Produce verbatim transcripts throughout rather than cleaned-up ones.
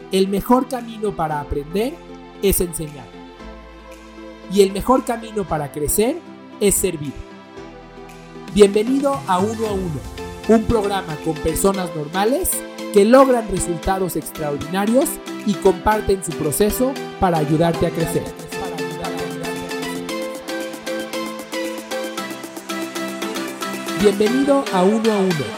El mejor camino para aprender es enseñar. Y el mejor camino para crecer es servir. Bienvenido a Uno a Uno, un programa con personas normales que logran resultados extraordinarios y comparten su proceso para ayudarte a crecer. Bienvenido a Uno a Uno.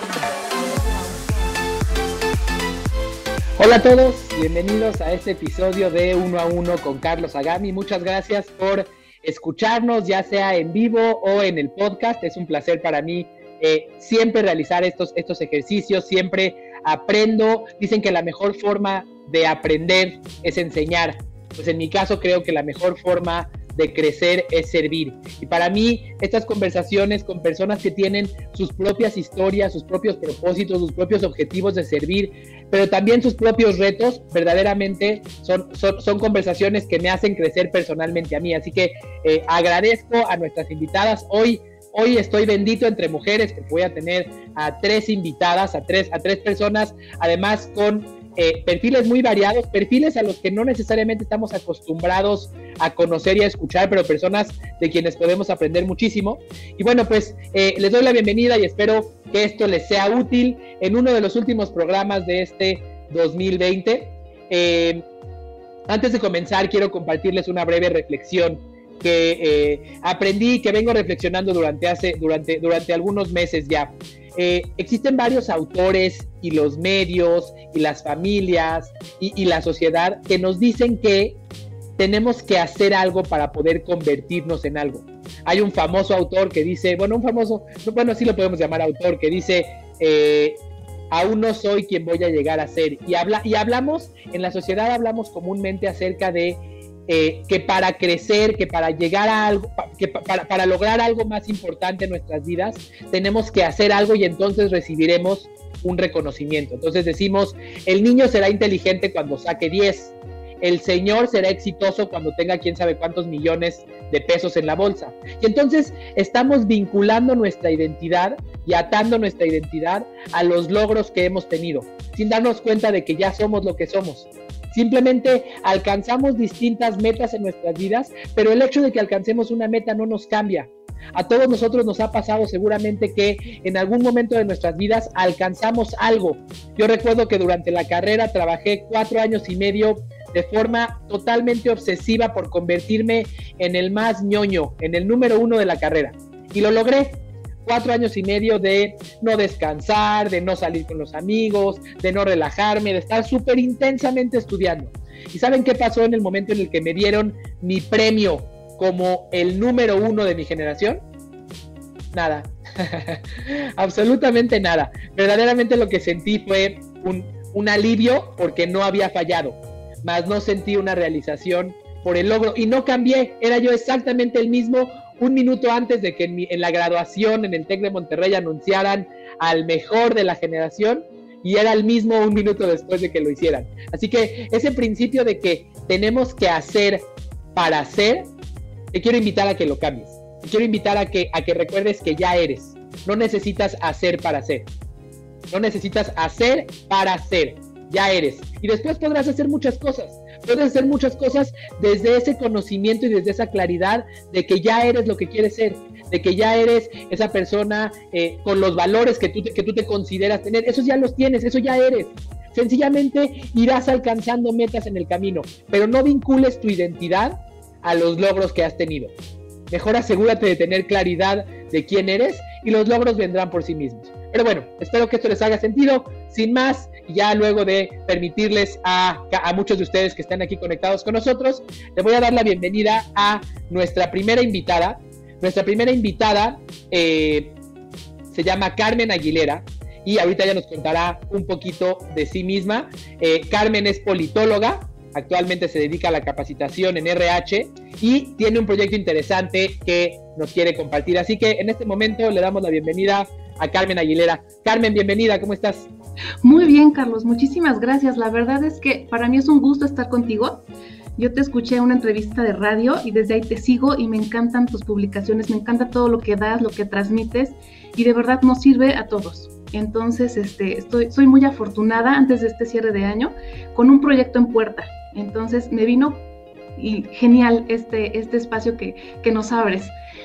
Hola a todos, bienvenidos a este episodio de Uno a Uno con Carlos Agami. Muchas gracias por escucharnos, ya sea en vivo o en el podcast. Es un placer para mí eh, siempre realizar estos, estos ejercicios, siempre aprendo. Dicen que la mejor forma de aprender es enseñar. Pues en mi caso creo que la mejor forma de crecer es servir. Y para mí, estas conversaciones con personas que tienen sus propias historias, sus propios propósitos, sus propios objetivos de servir, pero también sus propios retos, verdaderamente son, son, son conversaciones que me hacen crecer personalmente a mí. Así que eh, agradezco a nuestras invitadas. Hoy, hoy estoy bendito entre mujeres, que voy a tener a tres invitadas, a tres, a tres personas, además con Eh, perfiles muy variados, perfiles a los que no necesariamente estamos acostumbrados a conocer y a escuchar, pero personas de quienes podemos aprender muchísimo. Y bueno, pues eh, les doy la bienvenida y espero que esto les sea útil en uno de los últimos programas de este dos mil veinte. Eh, antes de comenzar, quiero compartirles una breve reflexión que eh, aprendí, que vengo reflexionando durante, hace, durante, durante algunos meses ya. Eh, existen varios autores y los medios y las familias y, y la sociedad que nos dicen que tenemos que hacer algo para poder convertirnos en algo. Hay un famoso autor que dice, bueno, un famoso, bueno, sí lo podemos llamar autor, que dice, eh, aún no soy quien voy a llegar a ser. Y, habla, y hablamos, en la sociedad hablamos comúnmente acerca de Eh, que para crecer, que para llegar a algo, que pa, para, para lograr algo más importante en nuestras vidas, tenemos que hacer algo y entonces recibiremos un reconocimiento. Entonces decimos, el niño será inteligente cuando saque diez, el señor será exitoso cuando tenga quién sabe cuántos millones de pesos en la bolsa. Y entonces estamos vinculando nuestra identidad y atando nuestra identidad a los logros que hemos tenido, sin darnos cuenta de que ya somos lo que somos. Simplemente alcanzamos distintas metas en nuestras vidas, pero el hecho de que alcancemos una meta no nos cambia. A todos nosotros nos ha pasado seguramente que en algún momento de nuestras vidas alcanzamos algo. Yo recuerdo que durante la carrera trabajé cuatro años y medio de forma totalmente obsesiva por convertirme en el más ñoño, en el número uno de la carrera. Y lo logré. Cuatro años y medio de no descansar, de no salir con los amigos, de no relajarme, de estar súper intensamente estudiando. ¿Y saben qué pasó en el momento en el que me dieron mi premio como el número uno de mi generación? Nada. Absolutamente nada. Verdaderamente lo que sentí fue un, un alivio porque no había fallado, mas no sentí una realización por el logro y no cambié. Era yo exactamente el mismo un minuto antes de que en, mi, en la graduación en el TEC de Monterrey anunciaran al mejor de la generación, y era el mismo un minuto después de que lo hicieran. Así que ese principio de que tenemos que hacer para ser, te quiero invitar a que lo cambies. Te quiero invitar a que, a que recuerdes que ya eres. No necesitas hacer para ser. No necesitas hacer para ser. Ya eres. Y después podrás hacer muchas cosas. Puedes hacer muchas cosas desde ese conocimiento y desde esa claridad de que ya eres lo que quieres ser, de que ya eres esa persona eh, con los valores que tú, te, que tú te consideras tener. Esos ya los tienes, eso ya eres. Sencillamente irás alcanzando metas en el camino, pero no vincules tu identidad a los logros que has tenido. Mejor asegúrate de tener claridad de quién eres y los logros vendrán por sí mismos. Pero bueno, espero que esto les haga sentido. Sin más, ya luego de permitirles a, a muchos de ustedes que están aquí conectados con nosotros, les voy a dar la bienvenida a nuestra primera invitada. Nuestra primera invitada eh, se llama Carmen Aguilera y ahorita ella nos contará un poquito de sí misma. Eh, Carmen es politóloga, actualmente se dedica a la capacitación en R H y tiene un proyecto interesante que nos quiere compartir. Así que en este momento le damos la bienvenida a Carmen Aguilera. Carmen, bienvenida, ¿cómo estás? Muy bien, Carlos, muchísimas gracias. La verdad es que para mí es un gusto estar contigo. Yo te escuché en una entrevista de radio y desde ahí te sigo y me encantan tus publicaciones, me encanta todo lo que das, lo que transmites y de verdad nos sirve a todos. Entonces, este, estoy, soy muy afortunada antes de este cierre de año con un proyecto en puerta. Entonces, me vino y genial este, este espacio que, que nos abres.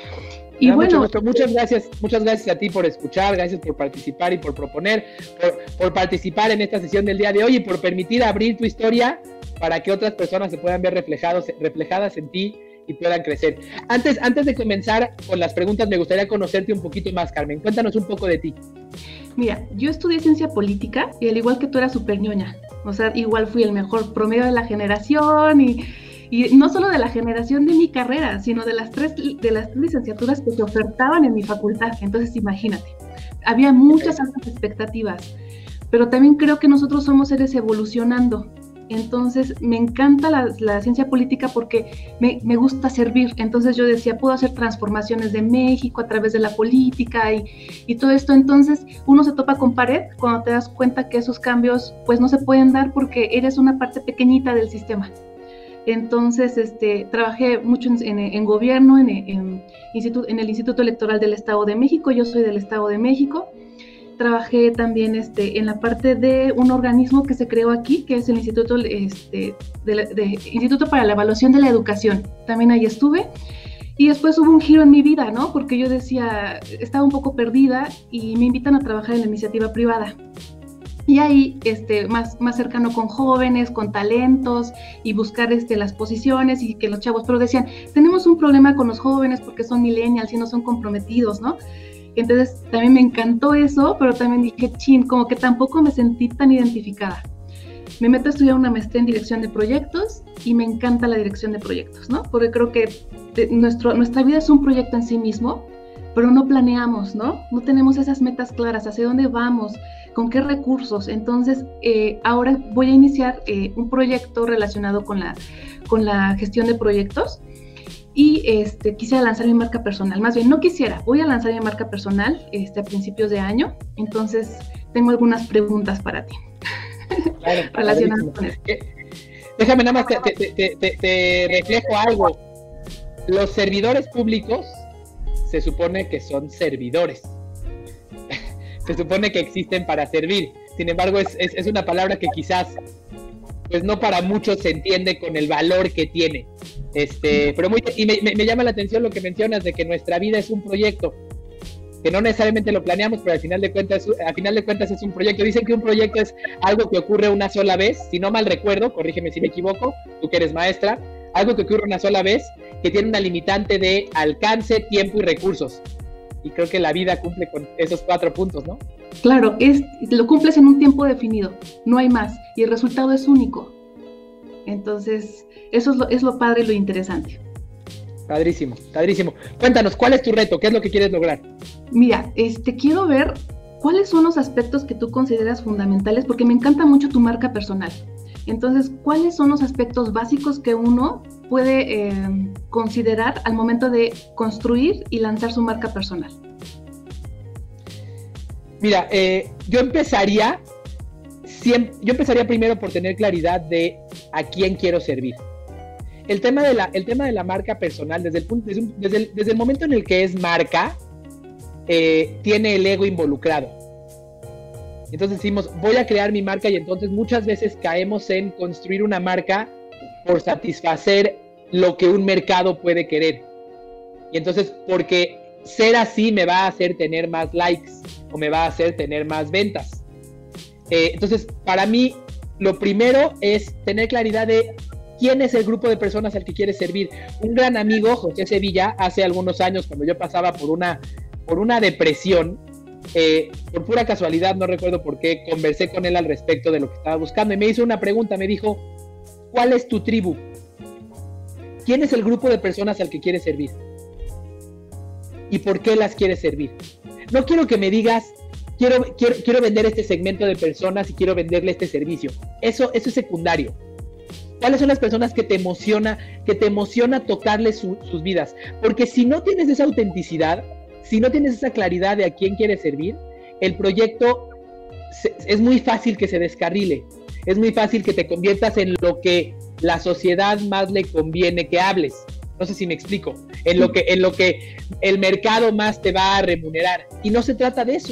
Y bueno, mucho, muchas gracias, muchas gracias a ti por escuchar, gracias por participar y por proponer, por, por participar en esta sesión del día de hoy y por permitir abrir tu historia para que otras personas se puedan ver reflejados, reflejadas en ti y puedan crecer. Antes, antes de comenzar con las preguntas, me gustaría conocerte un poquito más, Carmen. Cuéntanos un poco de ti. Mira, yo estudié ciencia política y al igual que tú era súper ñoña. O sea, igual fui el mejor promedio de la generación y... Y no solo de la generación de mi carrera, sino de las tres, de las tres licenciaturas que se ofertaban en mi facultad. Entonces, imagínate, había muchas altas expectativas, pero también creo que nosotros somos seres evolucionando. Entonces, me encanta la, la ciencia política porque me, me gusta servir. Entonces, yo decía, puedo hacer transformaciones de México a través de la política y, y todo esto. Entonces, uno se topa con pared cuando te das cuenta que esos cambios pues no se pueden dar porque eres una parte pequeñita del sistema. Entonces, este, trabajé mucho en, en, en gobierno, en, en, instituto, en el Instituto Electoral del Estado de México. Yo soy del Estado de México. Trabajé también este, en la parte de un organismo que se creó aquí, que es el Instituto, este, de, de, Instituto para la Evaluación de la Educación. También ahí estuve. Y después hubo un giro en mi vida, ¿no? Porque yo decía, estaba un poco perdida y me invitan a trabajar en la iniciativa privada. Y ahí, este, más, más cercano con jóvenes, con talentos y buscar este, las posiciones y que los chavos, pero decían, tenemos un problema con los jóvenes porque son millennials y no son comprometidos, ¿no? Entonces también me encantó eso, pero también dije, chin, como que tampoco me sentí tan identificada. Me meto a estudiar una maestría en dirección de proyectos y me encanta la dirección de proyectos, ¿no? Porque creo que de, nuestro, nuestra vida es un proyecto en sí mismo, pero no planeamos, ¿no? No tenemos esas metas claras, hacia dónde vamos, con qué recursos. Entonces, eh, ahora voy a iniciar eh, un proyecto relacionado con la, con la gestión de proyectos y este, quisiera lanzar mi marca personal. Más bien, no quisiera, voy a lanzar mi marca personal este, a principios de año. Entonces, tengo algunas preguntas para ti. Claro, relacionadas con eso. Déjame nada más, te, te, te, te, te reflejo algo. Los servidores públicos se supone que son servidores. Se supone que existen para servir. Sin embargo, es, es, es una palabra que quizás, pues no para muchos se entiende con el valor que tiene. Este, pero muy, y me, me, me llama la atención lo que mencionas de que nuestra vida es un proyecto, que no necesariamente lo planeamos, pero al final de cuentas, al final de cuentas es un proyecto. Dicen que un proyecto es algo que ocurre una sola vez, si no mal recuerdo, corrígeme si me equivoco, tú que eres maestra, algo que ocurre una sola vez, que tiene una limitante de alcance, tiempo y recursos. Y creo que la vida cumple con esos cuatro puntos, ¿no? Claro, es, lo cumples en un tiempo definido, no hay más, y el resultado es único. Entonces, eso es lo, es lo padre y lo interesante. Padrísimo, padrísimo. Cuéntanos, ¿cuál es tu reto? ¿Qué es lo que quieres lograr? Mira, este, quiero ver cuáles son los aspectos que tú consideras fundamentales, porque me encanta mucho tu marca personal. Entonces, ¿cuáles son los aspectos básicos que uno puede eh, considerar al momento de construir y lanzar su marca personal? Mira, eh, yo empezaría siempre, yo empezaría primero por tener claridad de a quién quiero servir. El tema de la, el tema de la marca personal, desde el, punto, desde, desde, el, desde el momento en el que es marca, eh, tiene el ego involucrado. Entonces decimos, voy a crear mi marca, y entonces muchas veces caemos en construir una marca por satisfacer lo que un mercado puede querer. Y entonces, porque ser así me va a hacer tener más likes o me va a hacer tener más ventas. Eh, entonces, para mí, lo primero es tener claridad de quién es el grupo de personas al que quieres servir. Un gran amigo, José Sevilla, hace algunos años, cuando yo pasaba por una, por una depresión, Eh, por pura casualidad, no recuerdo por qué, conversé con él al respecto de lo que estaba buscando y me hizo una pregunta, me dijo, ¿cuál es tu tribu? ¿Quién es el grupo de personas al que quieres servir? ¿Y por qué las quieres servir? No quiero que me digas, quiero, quiero, quiero vender este segmento de personas y quiero venderle este servicio. Eso, eso es secundario. ¿Cuáles son las personas que te emociona, que te emociona tocarles su, sus vidas? Porque si no tienes esa autenticidad, si no tienes esa claridad de a quién quieres servir, el proyecto se, es muy fácil que se descarrile, es muy fácil que te conviertas en lo que la sociedad más le conviene que hables. No sé si me explico, en lo que, en lo que el mercado más te va a remunerar. Y no se trata de eso.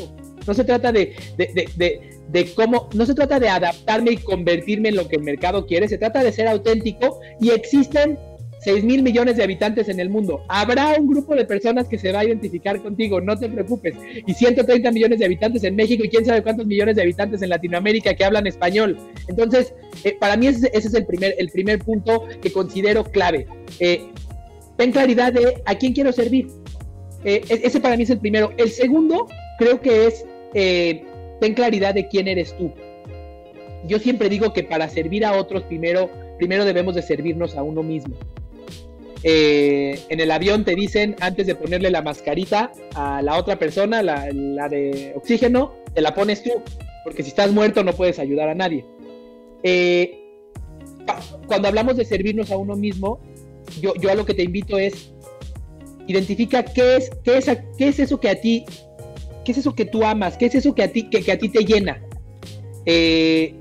no se trata de, de, de, de, de cómo, no se trata de adaptarme y convertirme en lo que el mercado quiere, se trata de ser auténtico y existen seis mil millones de habitantes en el mundo. Habrá un grupo de personas que se va a identificar contigo, no te preocupes. Y ciento treinta millones de habitantes en México y quién sabe cuántos millones de habitantes en Latinoamérica que hablan español. Entonces, eh, para mí ese, ese es el primer, el primer punto que considero clave. Eh, ten claridad de a quién quiero servir. Eh, ese para mí es el primero. El segundo, creo que es eh, ten claridad de quién eres tú. Yo siempre digo que para servir a otros, primero, primero debemos de servirnos a uno mismo. Eh, en el avión te dicen, antes de ponerle la mascarita a la otra persona, la, la de oxígeno, te la pones tú, porque si estás muerto no puedes ayudar a nadie. Eh, cuando hablamos de servirnos a uno mismo, yo, yo a lo que te invito es, identifica qué es, qué es, qué es eso que a ti, qué es eso que tú amas, qué es eso que a ti, que, que a ti te llena. Eh,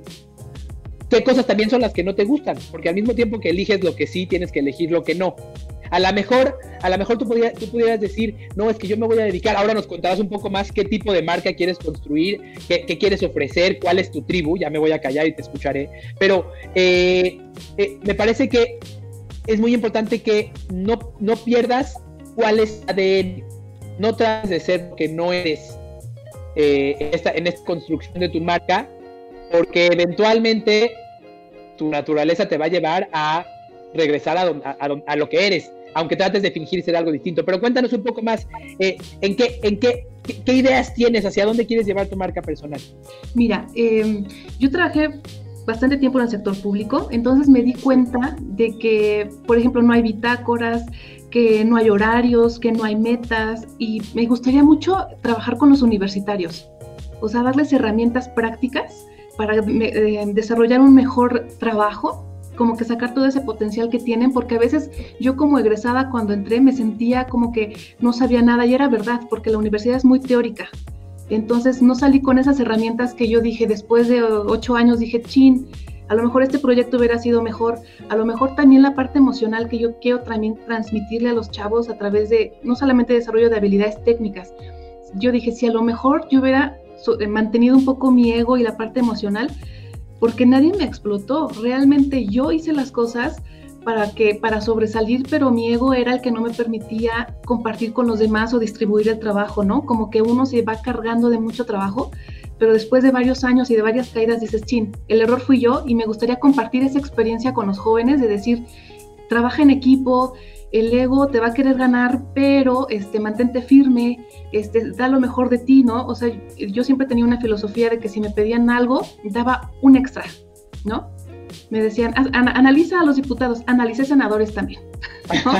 qué cosas también son las que no te gustan, porque al mismo tiempo que eliges lo que sí, tienes que elegir lo que no. A lo mejor, a lo mejor tú, podrías, tú pudieras decir, no, es que yo me voy a dedicar, ahora nos contarás un poco más qué tipo de marca quieres construir, qué, qué quieres ofrecer, cuál es tu tribu, ya me voy a callar y te escucharé, pero eh, eh, me parece que es muy importante que no, no pierdas cuál es tu A D N, no trates de ser lo que no eres eh, en, esta, en esta construcción de tu marca, porque eventualmente tu naturaleza te va a llevar a regresar a, a, a, a lo que eres, aunque trates de fingir ser algo distinto. Pero cuéntanos un poco más, eh, ¿en, qué, en qué, qué, qué ideas tienes? ¿Hacia dónde quieres llevar tu marca personal? Mira, eh, yo trabajé bastante tiempo en el sector público, entonces me di cuenta de que, por ejemplo, no hay bitácoras, que no hay horarios, que no hay metas, y me gustaría mucho trabajar con los universitarios, o sea, darles herramientas prácticas para eh, desarrollar un mejor trabajo, como que sacar todo ese potencial que tienen, porque a veces yo como egresada cuando entré me sentía como que no sabía nada, y era verdad, porque la universidad es muy teórica. Entonces no salí con esas herramientas que yo dije después de ocho años, dije, chin, a lo mejor este proyecto hubiera sido mejor, a lo mejor también la parte emocional que yo quiero también transmitirle a los chavos a través de, no solamente desarrollo de habilidades técnicas. Yo dije, si a lo mejor yo hubiera mantenido un poco mi ego y la parte emocional, porque nadie me explotó, realmente yo hice las cosas para que para sobresalir, pero mi ego era el que no me permitía compartir con los demás o distribuir el trabajo, ¿no? Como que uno se va cargando de mucho trabajo, pero después de varios años y de varias caídas dices, chin, el error fui yo, y me gustaría compartir esa experiencia con los jóvenes, de decir, trabaja en equipo, el ego te va a querer ganar, pero este, mantente firme, este, da lo mejor de ti, ¿no? O sea, yo siempre tenía una filosofía de que si me pedían algo, daba un extra, ¿no? Me decían, an- analiza a los diputados, analicé senadores también, ¿no?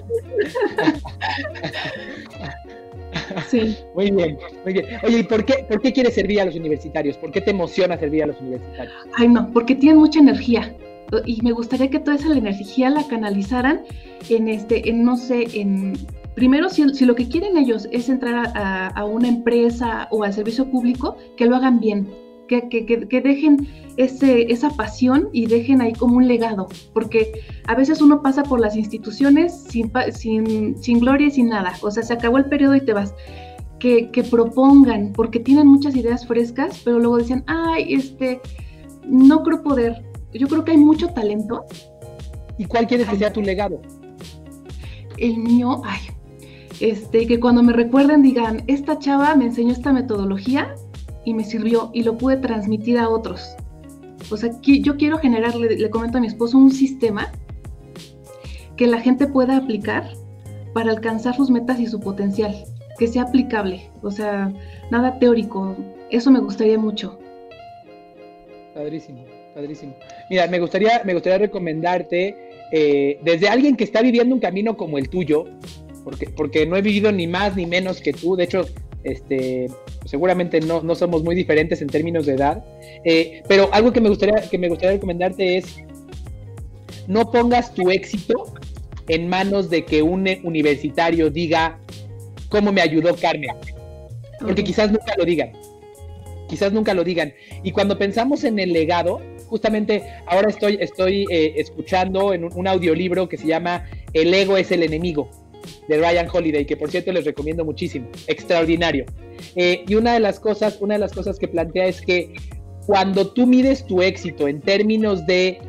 Sí. Muy bien, muy bien. Oye, ¿y por qué, por qué quieres servir a los universitarios? ¿Por qué te emociona servir a los universitarios? Ay, no, porque tienen mucha energía. Y me gustaría que toda esa energía la canalizaran en este, en no sé, en primero si, si lo que quieren ellos es entrar a, a una empresa o al servicio público, que lo hagan bien, que, que, que, que dejen ese, esa pasión y dejen ahí como un legado, porque a veces uno pasa por las instituciones sin, sin, sin gloria y sin nada, o sea, se acabó el periodo y te vas. Que, que propongan, porque tienen muchas ideas frescas, pero luego decían, ay, este, no creo poder. Yo creo que hay mucho talento. ¿Y cuál quieres que sea tu legado? El mío, ay, este, que cuando me recuerden digan, esta chava me enseñó esta metodología y me sirvió y lo pude transmitir a otros. O sea, que yo quiero generar, le, le comento a mi esposo, un sistema que la gente pueda aplicar para alcanzar sus metas y su potencial, que sea aplicable, o sea, nada teórico. Eso me gustaría mucho. Padrísimo. Padrísimo. Mira, me gustaría, me gustaría recomendarte, eh, desde alguien que está viviendo un camino como el tuyo, porque, porque no he vivido ni más ni menos que tú, de hecho, este, seguramente no, no somos muy diferentes en términos de edad, eh, pero algo que me gustaría, que me gustaría recomendarte es, no pongas tu éxito en manos de que un universitario diga cómo me ayudó Carmen, porque okay. quizás nunca lo digan. Quizás nunca lo digan. Y cuando pensamos en el legado, justamente ahora estoy, estoy eh, escuchando en un, un audiolibro que se llama El ego es el enemigo. de Ryan Holiday, que por cierto les recomiendo muchísimo, extraordinario. Eh, y una de las cosas, una de las cosas que plantea es que cuando tú mides tu éxito en términos de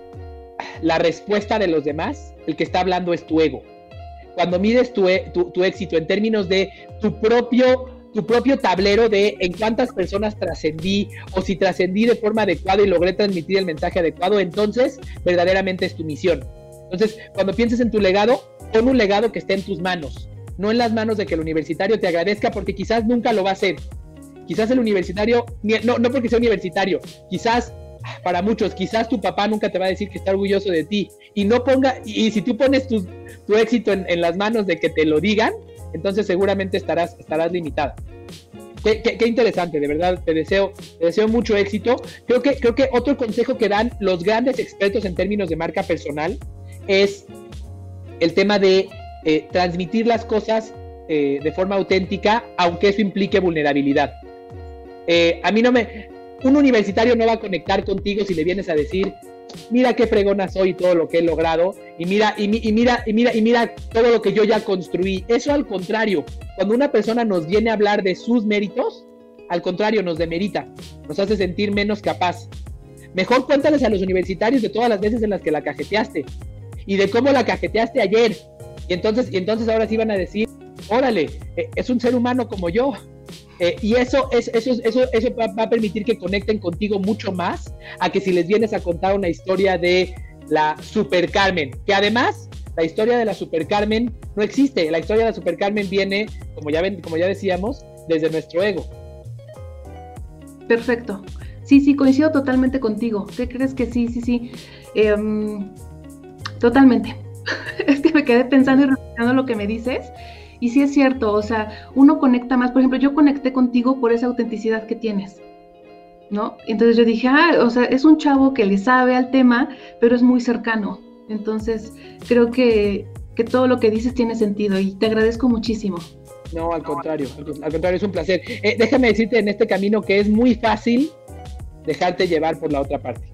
la respuesta de los demás, el que está hablando es tu ego. Cuando mides tu, tu, tu éxito en términos de tu propio, tu propio tablero de en cuántas personas trascendí, o si trascendí de forma adecuada y logré transmitir el mensaje adecuado, entonces verdaderamente es tu misión. Entonces, cuando pienses en tu legado, pon un legado que esté en tus manos, no en las manos de que el universitario te agradezca, porque quizás nunca lo va a hacer. Quizás el universitario, no, no porque sea universitario, quizás para muchos, quizás tu papá nunca te va a decir que está orgulloso de ti, y no ponga, y, y si tú pones tu, tu éxito en, en las manos de que te lo digan, entonces seguramente estarás, estarás limitada. Qué, qué, qué interesante, de verdad, te deseo, te deseo mucho éxito. Creo que, creo que otro consejo que dan los grandes expertos en términos de marca personal es el tema de eh, transmitir las cosas eh, de forma auténtica, aunque eso implique vulnerabilidad. Eh, a mí no me... Un universitario no va a conectar contigo si le vienes a decir, mira qué fregona soy y todo lo que he logrado, y mira, y, y mira, y mira, y mira todo lo que yo ya construí. Eso al contrario, cuando una persona nos viene a hablar de sus méritos, al contrario, nos demerita, nos hace sentir menos capaz. Mejor cuéntales a los universitarios de todas las veces en las que la cajeteaste, y de cómo la cajeteaste ayer, y entonces, y entonces ahora sí van a decir, órale, eh, es un ser humano como yo. Eh, y eso, es, eso, eso, eso va, va a permitir que conecten contigo mucho más a que si les vienes a contar una historia de la Super Carmen, que además la historia de la Super Carmen no existe. La historia de la Super Carmen viene, como ya, ven, como ya decíamos, desde nuestro ego. Perfecto. Sí, sí, coincido totalmente contigo. ¿Qué crees que sí, sí, sí? Eh, totalmente. Es que me quedé pensando y reflexionando lo que me dices. Y sí es cierto, o sea, uno conecta más. Por ejemplo, yo conecté contigo por esa autenticidad que tienes, ¿no? Entonces yo dije, ah, o sea, es un chavo que le sabe al tema, pero es muy cercano. Entonces, creo que, que todo lo que dices tiene sentido y te agradezco muchísimo. No, al contrario, al contrario, es un placer. Eh, déjame decirte en este camino que es muy fácil dejarte llevar por la otra parte.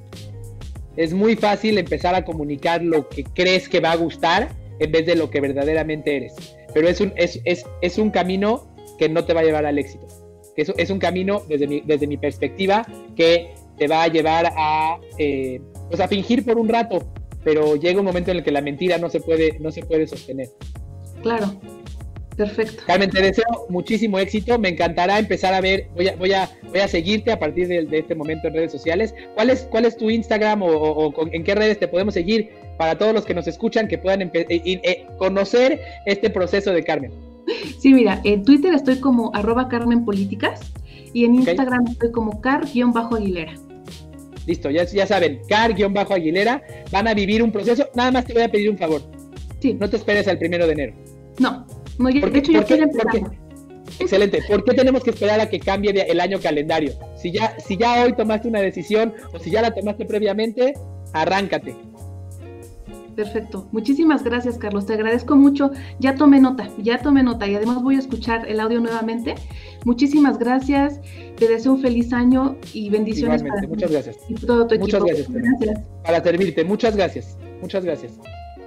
Es muy fácil empezar a comunicar lo que crees que va a gustar en vez de lo que verdaderamente eres. Pero es un, es, es, es un camino que no te va a llevar al éxito. Es, es un camino, desde mi, desde mi perspectiva, que te va a llevar a, eh, pues a fingir por un rato, pero llega un momento en el que la mentira no se puede, no se puede sostener. Claro, perfecto. Carmen, te deseo muchísimo éxito. Me encantará empezar a ver, voy a, voy a, voy a seguirte a partir de, de este momento en redes sociales. ¿Cuál es, cuál es tu Instagram o, o, o en qué redes te podemos seguir para todos los que nos escuchan que puedan empe- eh, eh, conocer este proceso de Carmen? Sí, mira, en Twitter estoy como arroba Carmen Políticas y en Instagram okay. estoy como car-aguilera. Listo, ya, ya saben, car-aguilera, van a vivir un proceso. Nada más te voy a pedir un favor. Sí. No te esperes al primero de enero. No, no yo, ¿Por de hecho qué, ya estoy empezando. Excelente. ¿Por qué tenemos que esperar a que cambie de, el año calendario? Si ya, si ya hoy tomaste una decisión o si ya la tomaste previamente, arráncate. Perfecto. Muchísimas gracias, Carlos. Te agradezco mucho. Ya tomé nota, ya tomé nota y además voy a escuchar el audio nuevamente. Muchísimas gracias. Te deseo un feliz año y bendiciones. Igualmente. Para muchas gracias. Y todo tu muchas equipo. Gracias, gracias. Para servirte. Muchas gracias. Muchas gracias.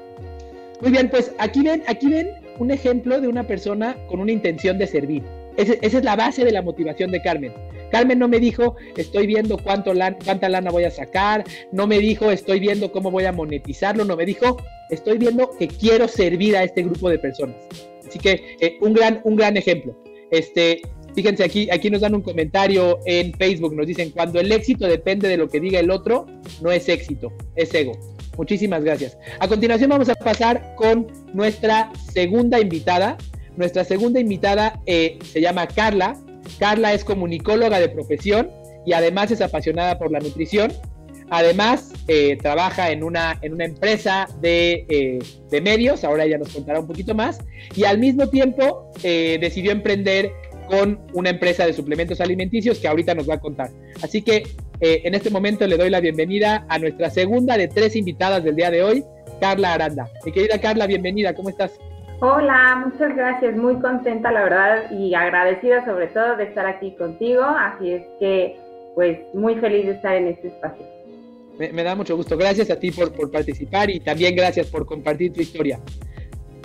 Muy bien, pues aquí ven, aquí ven un ejemplo de una persona con una intención de servir. Ese, esa es la base de la motivación de Carmen. Carmen no me dijo, estoy viendo cuánto lan, cuánta lana voy a sacar, no me dijo, estoy viendo cómo voy a monetizarlo, no me dijo, estoy viendo que quiero servir a este grupo de personas. Así que eh, un, gran, un gran ejemplo. Este, fíjense, aquí, aquí nos dan un comentario en Facebook, nos dicen, cuando el éxito depende de lo que diga el otro, no es éxito, es ego. Muchísimas gracias. A continuación vamos a pasar con nuestra segunda invitada. Nuestra segunda invitada eh, se llama Carla. Carla es comunicóloga de profesión y además es apasionada por la nutrición. Además, eh, trabaja en una, en una empresa de, eh, de medios, ahora ella nos contará un poquito más, y al mismo tiempo eh, decidió emprender con una empresa de suplementos alimenticios que ahorita nos va a contar. Así que eh, en este momento le doy la bienvenida a nuestra segunda de tres invitadas del día de hoy, Carla Aranda. Mi querida Carla, bienvenida, ¿cómo estás? Hola, muchas gracias, muy contenta la verdad y agradecida sobre todo de estar aquí contigo, así es que pues muy feliz de estar en este espacio. Me, me da mucho gusto, gracias a ti por, por participar y también gracias por compartir tu historia.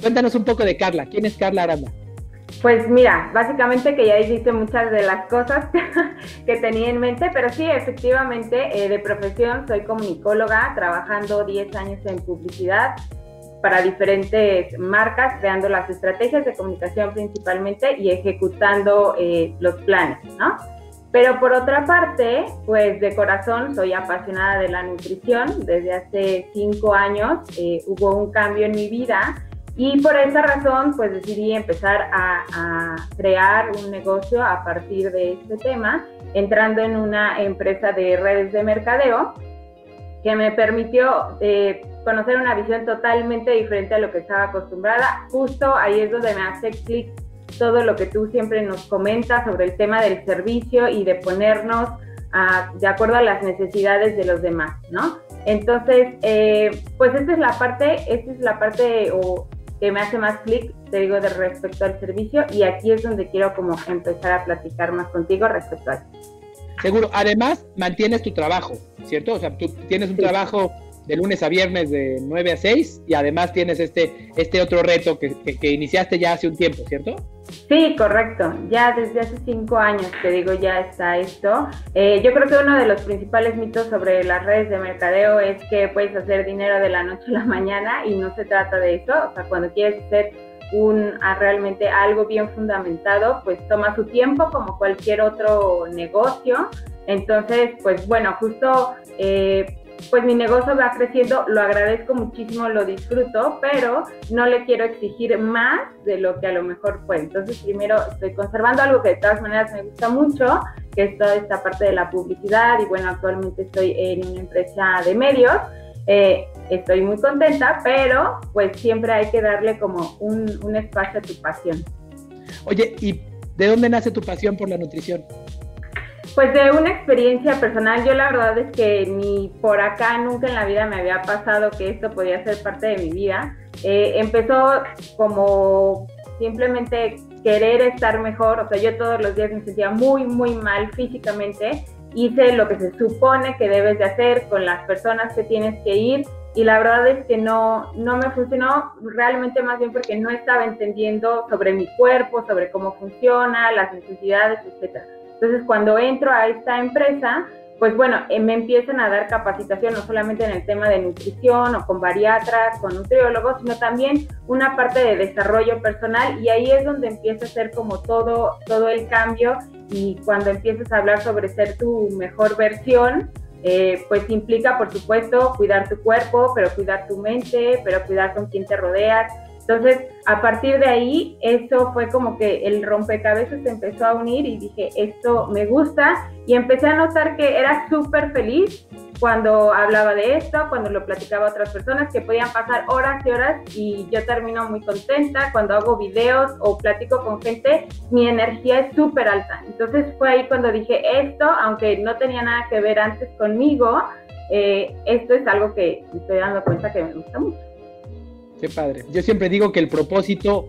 Cuéntanos un poco de Carla. ¿Quién es Carla Aranda? Pues mira, básicamente que ya dijiste muchas de las cosas que tenía en mente, pero sí, efectivamente, eh, de profesión soy comunicóloga, trabajando diez años en publicidad para diferentes marcas, creando las estrategias de comunicación principalmente y ejecutando eh, los planes, ¿no? Pero por otra parte, pues de corazón soy apasionada de la nutrición. Desde hace cinco años eh, hubo un cambio en mi vida y por esa razón pues decidí empezar a, a crear un negocio a partir de este tema, entrando en una empresa de redes de mercadeo que me permitió eh, conocer una visión totalmente diferente a lo que estaba acostumbrada. Justo ahí es donde me hace clic todo lo que tú siempre nos comentas sobre el tema del servicio y de ponernos a, de acuerdo a las necesidades de los demás, ¿no? Entonces, eh, pues esta es la parte, esta es la parte o, que me hace más clic, te digo, de respecto al servicio, y aquí es donde quiero como empezar a platicar más contigo respecto a esto. Seguro. Además, mantienes tu trabajo, ¿cierto? O sea, tú tienes un sí. trabajo de lunes a viernes de nueve a seis y además tienes este, este otro reto que, que, que iniciaste ya hace un tiempo, ¿cierto? Sí, correcto. Ya desde hace cinco años, te digo, ya está esto. Eh, yo creo que uno de los principales mitos sobre las redes de mercadeo es que puedes hacer dinero de la noche a la mañana y no se trata de eso. O sea, cuando quieres hacer un, a realmente algo bien fundamentado, pues toma su tiempo como cualquier otro negocio. Entonces, pues bueno, justo... Eh, pues mi negocio va creciendo, lo agradezco muchísimo, lo disfruto, pero no le quiero exigir más de lo que a lo mejor fue. Entonces primero estoy conservando algo que de todas maneras me gusta mucho, que es toda esta parte de la publicidad, y bueno, actualmente estoy en una empresa de medios, eh, estoy muy contenta, pero pues siempre hay que darle como un, un espacio a tu pasión. Oye, ¿y de dónde nace tu pasión por la nutrición? Pues de una experiencia personal. Yo la verdad es que ni por acá nunca en la vida me había pasado que esto podía ser parte de mi vida. Eh, empezó como simplemente querer estar mejor, o sea, yo todos los días me sentía muy, muy mal físicamente, hice lo que se supone que debes de hacer con las personas que tienes que ir, y la verdad es que no, no me funcionó, realmente más bien porque no estaba entendiendo sobre mi cuerpo, sobre cómo funciona, las necesidades, etcétera. Entonces, cuando entro a esta empresa, pues bueno, eh, me empiezan a dar capacitación, no solamente en el tema de nutrición o con bariatras, con nutriólogos, sino también una parte de desarrollo personal, y ahí es donde empieza a ser como todo, todo el cambio, y cuando empiezas a hablar sobre ser tu mejor versión, eh, pues implica, por supuesto, cuidar tu cuerpo, pero cuidar tu mente, pero cuidar con quién te rodeas. Entonces, a partir de ahí, eso fue como que el rompecabezas se empezó a unir y dije, esto me gusta, y empecé a notar que era súper feliz cuando hablaba de esto, cuando lo platicaba a otras personas, que podían pasar horas y horas y yo termino muy contenta. Cuando hago videos o platico con gente, mi energía es súper alta. Entonces fue ahí cuando dije, esto, aunque no tenía nada que ver antes conmigo, eh, esto es algo que me estoy dando cuenta que me gusta mucho. Qué padre. Yo siempre digo que el propósito,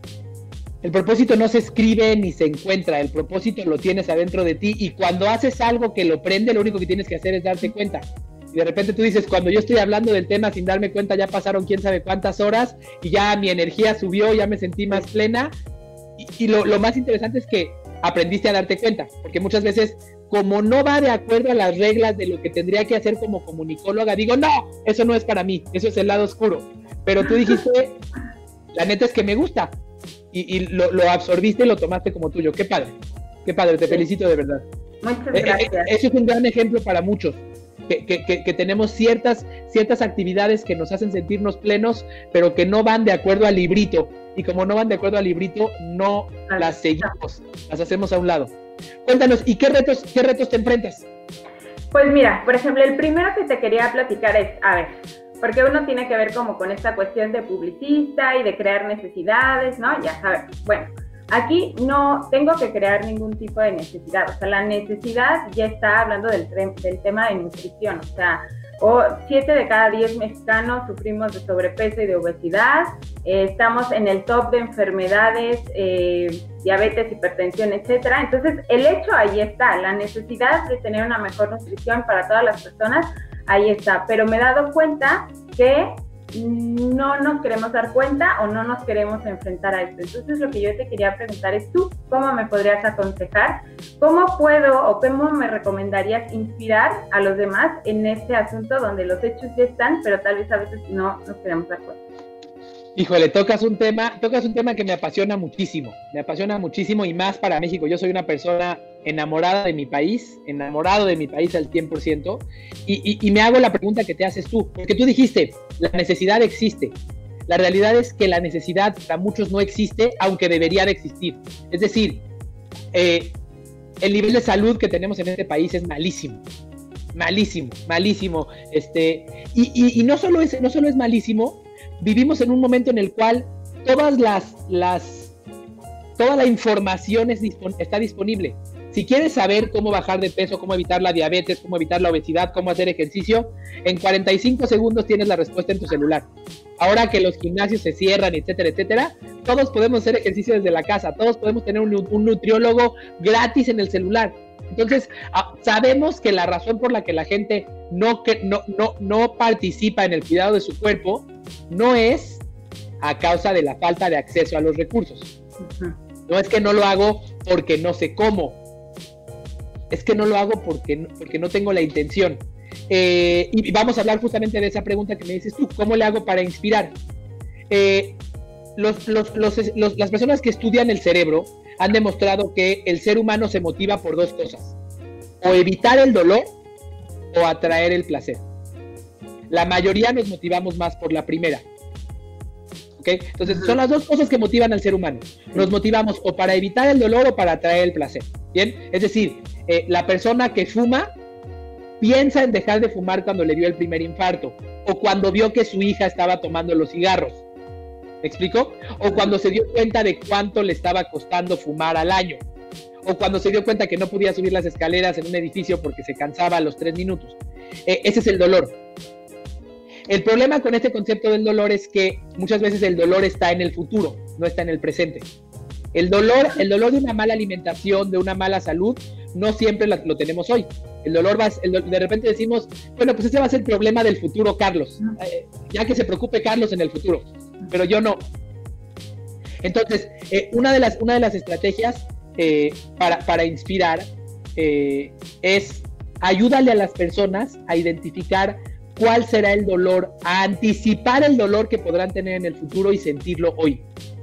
el propósito no se escribe ni se encuentra, el propósito lo tienes adentro de ti, y cuando haces algo que lo prende, lo único que tienes que hacer es darte cuenta. Y de repente tú dices, cuando yo estoy hablando del tema sin darme cuenta, ya pasaron quién sabe cuántas horas y ya mi energía subió, ya me sentí más plena. Y, y lo, lo más interesante es que aprendiste a darte cuenta, porque muchas veces, como no va de acuerdo a las reglas de lo que tendría que hacer como comunicóloga, digo, no, eso no es para mí, eso es el lado oscuro. Pero tú dijiste, la neta es que me gusta, y, y lo, lo absorbiste y lo tomaste como tuyo. Qué padre, qué padre, te felicito de verdad. Muchas gracias. Eh, eh, eso es un gran ejemplo para muchos, que, que, que, que tenemos ciertas, ciertas actividades que nos hacen sentirnos plenos, pero que no van de acuerdo al librito, y como no van de acuerdo al librito, no las seguimos, las hacemos a un lado. Cuéntanos, ¿y qué retos, qué retos te enfrentas? Pues mira, por ejemplo, el primero que te quería platicar es, a ver, porque uno tiene que ver como con esta cuestión de publicista y de crear necesidades, ¿no? Ya sabes, bueno, aquí no tengo que crear ningún tipo de necesidad, o sea, la necesidad ya está hablando del, del tema de nutrición, o sea, o siete de cada diez mexicanos sufrimos de sobrepeso y de obesidad, eh, estamos en el top de enfermedades, eh, diabetes, hipertensión, etcétera. Entonces, el hecho ahí está, la necesidad de tener una mejor nutrición para todas las personas, ahí está. Pero me he dado cuenta que no nos queremos dar cuenta o no nos queremos enfrentar a esto. Entonces lo que yo te quería preguntar es tú, ¿cómo me podrías aconsejar? ¿Cómo puedo o cómo me recomendarías inspirar a los demás en este asunto donde los hechos ya están, pero tal vez a veces no nos queremos dar cuenta? Híjole, tocas un tema, tocas un tema que me apasiona muchísimo, me apasiona muchísimo y más para México. Yo soy una persona enamorada de mi país, enamorado de mi país al cien por ciento, y, y, y me hago la pregunta que te haces tú, porque tú dijiste, la necesidad existe. La realidad es que la necesidad para muchos no existe, aunque debería de existir. Es decir, eh, el nivel de salud que tenemos en este país es malísimo, malísimo, malísimo. Este, y, y, y no solo es, no solo es malísimo, vivimos en un momento en el cual todas las, las toda la información es, está disponible. Si quieres saber cómo bajar de peso, cómo evitar la diabetes, cómo evitar la obesidad, cómo hacer ejercicio, en cuarenta y cinco segundos tienes la respuesta en tu celular. Ahora que los gimnasios se cierran, etcétera, etcétera, todos podemos hacer ejercicio desde la casa, todos podemos tener un, un nutriólogo gratis en el celular. Entonces, sabemos que la razón por la que la gente no, que, no, no, no participa en el cuidado de su cuerpo no es a causa de la falta de acceso a los recursos. Uh-huh. No es que no lo hago porque no sé cómo. Es que no lo hago porque, porque no tengo la intención. Eh, y vamos a hablar justamente de esa pregunta que me dices tú. ¿Cómo le hago para inspirar? Eh, los, los, los, los, las personas que estudian el cerebro han demostrado que el ser humano se motiva por dos cosas. O evitar el dolor o atraer el placer. La mayoría nos motivamos más por la primera. ¿Okay? Entonces, son las dos cosas que motivan al ser humano. Nos motivamos o para evitar el dolor o para atraer el placer. ¿Bien? Es decir, eh, la persona que fuma piensa en dejar de fumar cuando le dio el primer infarto o cuando vio que su hija estaba tomando los cigarros. ¿Me explico? O cuando se dio cuenta de cuánto le estaba costando fumar al año. O cuando se dio cuenta que no podía subir las escaleras en un edificio porque se cansaba a los tres minutos. Eh, ese es el dolor. El problema con este concepto del dolor es que muchas veces el dolor está en el futuro, no está en el presente. El dolor, el dolor de una mala alimentación, de una mala salud, no siempre lo, lo tenemos hoy. El dolor va, el, de repente decimos, bueno, pues ese va a ser el problema del futuro, Carlos. Eh, ya que se preocupe Carlos en el futuro, pero yo no. Entonces, eh, una, de las, una de las estrategias eh, para, para inspirar eh, es ayúdale a las personas a identificar cuál será el dolor, a anticipar el dolor que podrán tener en el futuro y sentirlo hoy.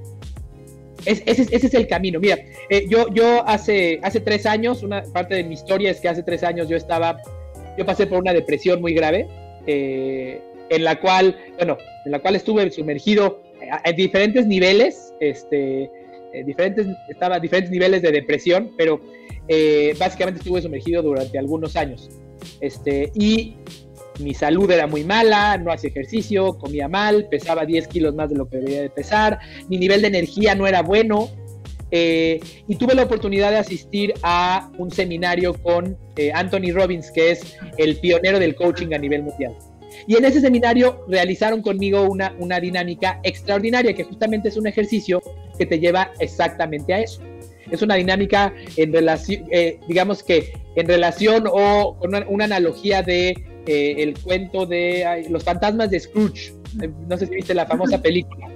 Es, ese, ese es el camino. Mira, eh, yo, yo hace, hace tres años, una parte de mi historia es que hace tres años yo estaba, yo pasé por una depresión muy grave, eh, en la cual, bueno, en la cual estuve sumergido a, a diferentes niveles, este, eh, diferentes, estaba a diferentes niveles de depresión, pero eh, básicamente estuve sumergido durante algunos años. Este, y mi salud era muy mala, no hacía ejercicio, comía mal, pesaba diez kilos más de lo que debería de pesar, mi nivel de energía no era bueno, eh, y tuve la oportunidad de asistir a un seminario con eh, Anthony Robbins, que es el pionero del coaching a nivel mundial. Y en ese seminario realizaron conmigo una, una dinámica extraordinaria, que justamente es un ejercicio que te lleva exactamente a eso. Es una dinámica en relación, eh, digamos que en relación o con una, una analogía de eh, el cuento de ay, los fantasmas de Scrooge. Eh, no sé si viste la famosa película.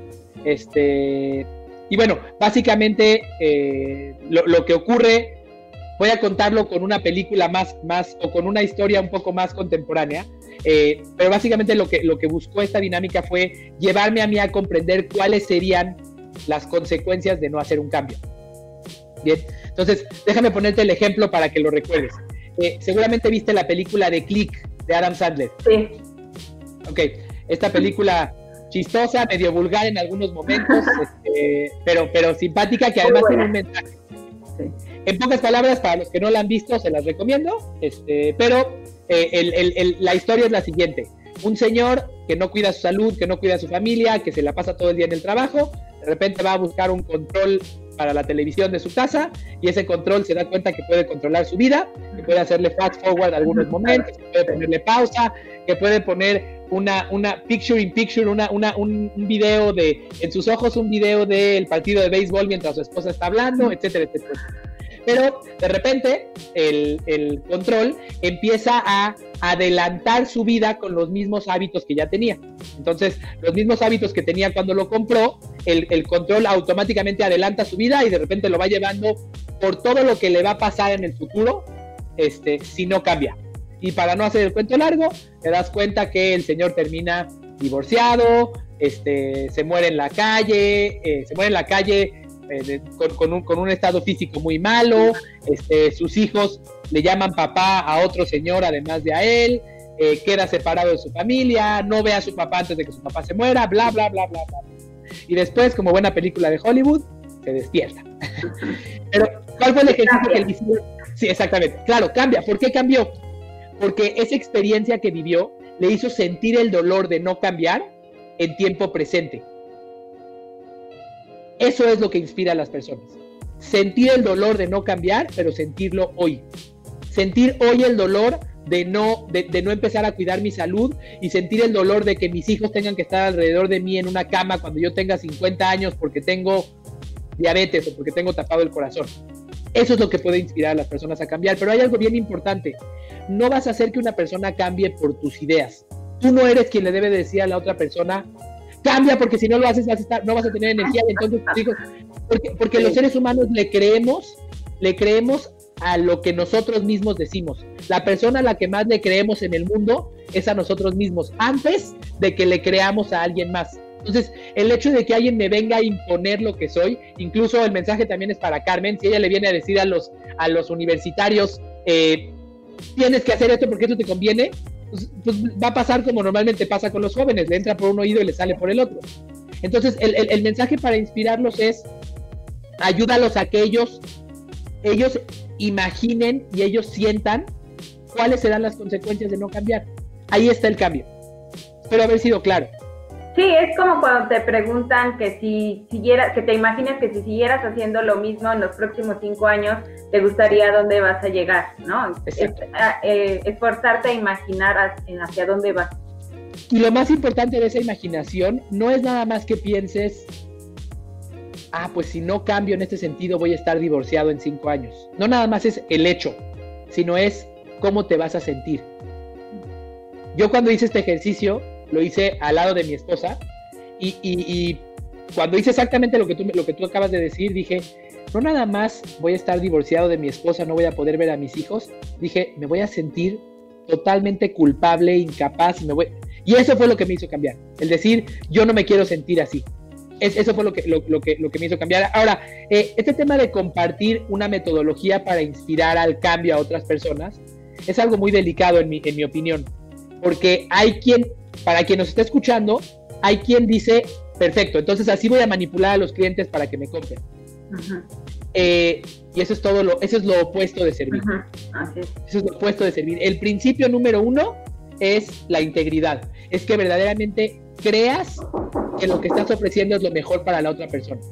Este, y bueno, básicamente eh, lo, lo que ocurre, voy a contarlo con una película más, más o con una historia un poco más contemporánea. Eh, pero básicamente lo que, lo que buscó esta dinámica fue llevarme a mí a comprender cuáles serían las consecuencias de no hacer un cambio. Bien, entonces déjame ponerte el ejemplo para que lo recuerdes. Eh, seguramente viste la película de Click de Adam Sandler. Sí. Ok, esta película chistosa, medio vulgar en algunos momentos, este, pero, pero simpática, que además tiene un mensaje. Sí. En pocas palabras, para los que no la han visto, se las recomiendo, este, pero eh, el, el, el, la historia es la siguiente. Un señor que no cuida su salud, que no cuida a su familia, que se la pasa todo el día en el trabajo, de repente va a buscar un control para la televisión de su casa, y ese control se da cuenta que puede controlar su vida, que puede hacerle fast forward algunos momentos, que puede ponerle pausa, que puede poner una, una picture in picture, una, una, un, un video de, en sus ojos, un video del partido de béisbol mientras su esposa está hablando, etcétera, etcétera. Pero de repente el, el control empieza a adelantar su vida con los mismos hábitos que ya tenía. Entonces, los mismos hábitos que tenía cuando lo compró, el, el control automáticamente adelanta su vida y de repente lo va llevando por todo lo que le va a pasar en el futuro, este, si no cambia. Y para no hacer el cuento largo, te das cuenta que el señor termina divorciado, este, se muere en la calle, eh, se muere en la calle eh, de, con, con, un, con un estado físico muy malo, este, sus hijos le llaman papá a otro señor además de a él, eh, queda separado de su familia, no ve a su papá antes de que su papá se muera, bla, bla, bla, bla, bla. Y después, como buena película de Hollywood, se despierta. Pero, ¿cuál fue el ejercicio que le hicieron? Sí, exactamente. Claro, cambia. ¿Por qué cambió? Porque esa experiencia que vivió le hizo sentir el dolor de no cambiar en tiempo presente. Eso es lo que inspira a las personas. Sentir el dolor de no cambiar, pero sentirlo hoy. Sentir hoy el dolor de no, de, de no empezar a cuidar mi salud y sentir el dolor de que mis hijos tengan que estar alrededor de mí en una cama cuando yo tenga cincuenta años porque tengo diabetes o porque tengo tapado el corazón. Eso es lo que puede inspirar a las personas a cambiar. Pero hay algo bien importante. No vas a hacer que una persona cambie por tus ideas. Tú no eres quien le debe decir a la otra persona, cambia, porque si no lo haces vas a estar, no vas a tener energía. Y entonces, digo, porque, porque sí. Los seres humanos le creemos, le creemos a lo que nosotros mismos decimos. La persona a la que más le creemos en el mundo es a nosotros mismos, antes de que le creamos a alguien más. Entonces, el hecho de que alguien me venga a imponer lo que soy, incluso el mensaje también es para Carmen, si ella le viene a decir a los, a los universitarios, eh, tienes que hacer esto porque esto te conviene, pues, pues va a pasar como normalmente pasa con los jóvenes, le entra por un oído y le sale por el otro. Entonces, el, el, el mensaje para inspirarlos es, ayúdalos a que ellos, ellos imaginen y ellos sientan cuáles serán las consecuencias de no cambiar. Ahí está el cambio. Espero haber sido claro. Sí, es como cuando te preguntan que si siguieras, que te imagines que si siguieras haciendo lo mismo en los próximos cinco años, te gustaría dónde vas a llegar, ¿no? Es, eh, esforzarte a imaginar hacia dónde vas. Y lo más importante de esa imaginación no es nada más que pienses, ah, pues si no cambio en este sentido voy a estar divorciado en cinco años. No nada más es el hecho, sino es cómo te vas a sentir. Yo cuando hice este ejercicio, lo hice al lado de mi esposa y, y, y cuando hice exactamente lo que, tú, lo que tú acabas de decir, dije, no nada más voy a estar divorciado de mi esposa, no voy a poder ver a mis hijos, dije, me voy a sentir totalmente culpable, incapaz, y, me voy... y eso fue lo que me hizo cambiar, el decir, yo no me quiero sentir así. Es, eso fue lo que, lo, lo, que, lo que me hizo cambiar. Ahora, eh, este tema de compartir una metodología para inspirar al cambio a otras personas es algo muy delicado en mi, en mi opinión, porque hay quien, para quien nos está escuchando, hay quien dice, perfecto, entonces así voy a manipular a los clientes para que me compren. Uh-huh. Eh, y eso es todo lo, eso es lo opuesto de servir. Uh-huh. Okay. Eso es lo opuesto de servir. El principio número uno es la integridad. Es que verdaderamente creas que lo que estás ofreciendo es lo mejor para la otra persona.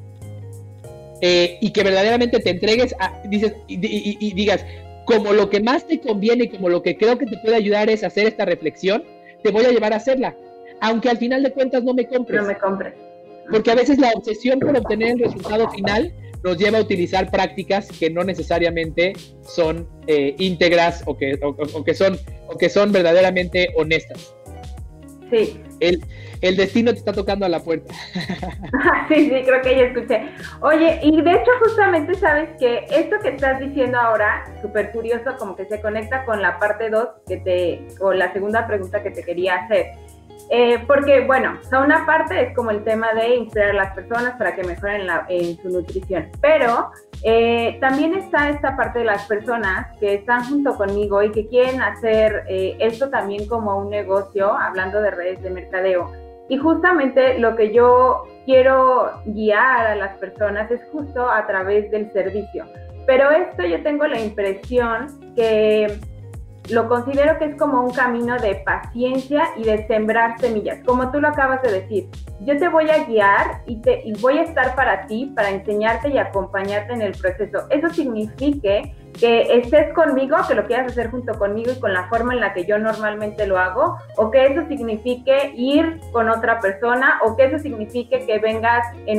Eh, y que verdaderamente te entregues a, dices, y, y, y digas, como lo que más te conviene y como lo que creo que te puede ayudar es hacer esta reflexión, te voy a llevar a hacerla, aunque al final de cuentas no me compres. No me compres. Porque a veces la obsesión por obtener el resultado final nos lleva a utilizar prácticas que no necesariamente son eh, íntegras o que, o, o, que son, o que son verdaderamente honestas. Sí. El, el destino te está tocando a la puerta. Sí, sí, creo que ya escuché. Oye, y de hecho justamente sabes que esto que estás diciendo ahora, súper curioso, como que se conecta con la parte dos, que te, o la segunda pregunta que te quería hacer. Eh, porque, bueno, o sea, una parte es como el tema de inspirar a las personas para que mejoren la, en su nutrición, pero eh, también está esta parte de las personas que están junto conmigo y que quieren hacer eh, esto también como un negocio, hablando de redes de mercadeo. Y justamente lo que yo quiero guiar a las personas es justo a través del servicio. Pero esto yo tengo la impresión que lo considero que es como un camino de paciencia y de sembrar semillas, como tú lo acabas de decir. Yo te voy a guiar y, te, y voy a estar para ti, para enseñarte y acompañarte en el proceso. Eso signifique que estés conmigo, que lo quieras hacer junto conmigo y con la forma en la que yo normalmente lo hago, o que eso signifique ir con otra persona, o que eso signifique que vengas en un año.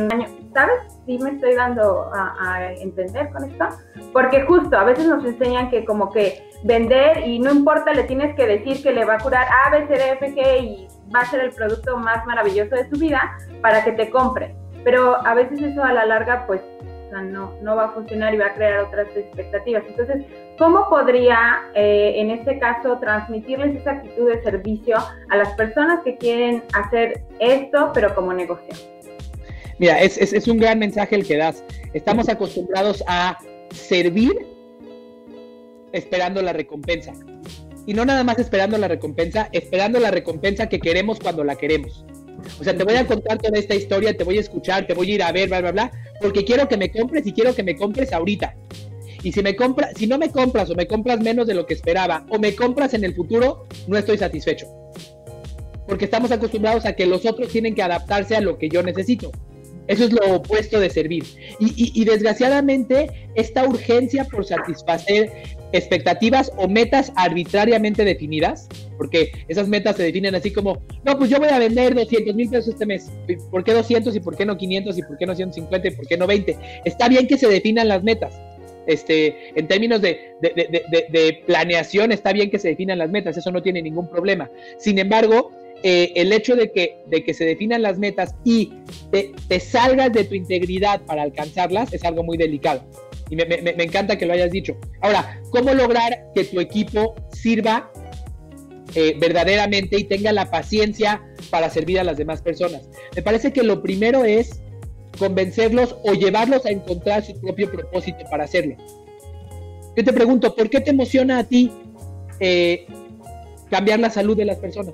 ¿sabes? Sí me estoy dando a, a entender con esto, porque justo a veces nos enseñan que como que vender y no importa, le tienes que decir que le va a curar A, B, C, D, F, G y va a ser el producto más maravilloso de su vida para que te compre, pero a veces eso a la larga pues o sea, no, no va a funcionar y va a crear otras expectativas. Entonces, ¿cómo podría eh, en este caso transmitirles esa actitud de servicio a las personas que quieren hacer esto pero como negocio? Mira, es, es, es un gran mensaje el que das. Estamos acostumbrados a servir esperando la recompensa. Y no nada más esperando la recompensa, esperando la recompensa que queremos cuando la queremos. O sea, te voy a contar toda esta historia, te voy a escuchar, te voy a ir a ver, bla, bla, bla, porque quiero que me compres y quiero que me compres ahorita. Y si me compras, si no me compras o me compras menos de lo que esperaba o me compras en el futuro, no estoy satisfecho. Porque estamos acostumbrados a que los otros tienen que adaptarse a lo que yo necesito. Eso es lo opuesto de servir. Y, y, y desgraciadamente, esta urgencia por satisfacer expectativas o metas arbitrariamente definidas, porque esas metas se definen así como, no, pues yo voy a vender doscientos mil pesos este mes. ¿Por qué doscientos y por qué no quinientos y por qué no ciento cincuenta y por qué no veinte? Está bien que se definan las metas. Este, en términos de, de, de, de, de planeación, está bien que se definan las metas, eso no tiene ningún problema. Sin embargo, eh, el hecho de que, de que se definan las metas y te, te salgas de tu integridad para alcanzarlas es algo muy delicado. Y me, me, me encanta que lo hayas dicho. Ahora, ¿cómo lograr que tu equipo sirva eh, verdaderamente y tenga la paciencia para servir a las demás personas? Me parece que lo primero es convencerlos o llevarlos a encontrar su propio propósito para hacerlo. Yo te pregunto, ¿por qué te emociona a ti eh, cambiar la salud de las personas?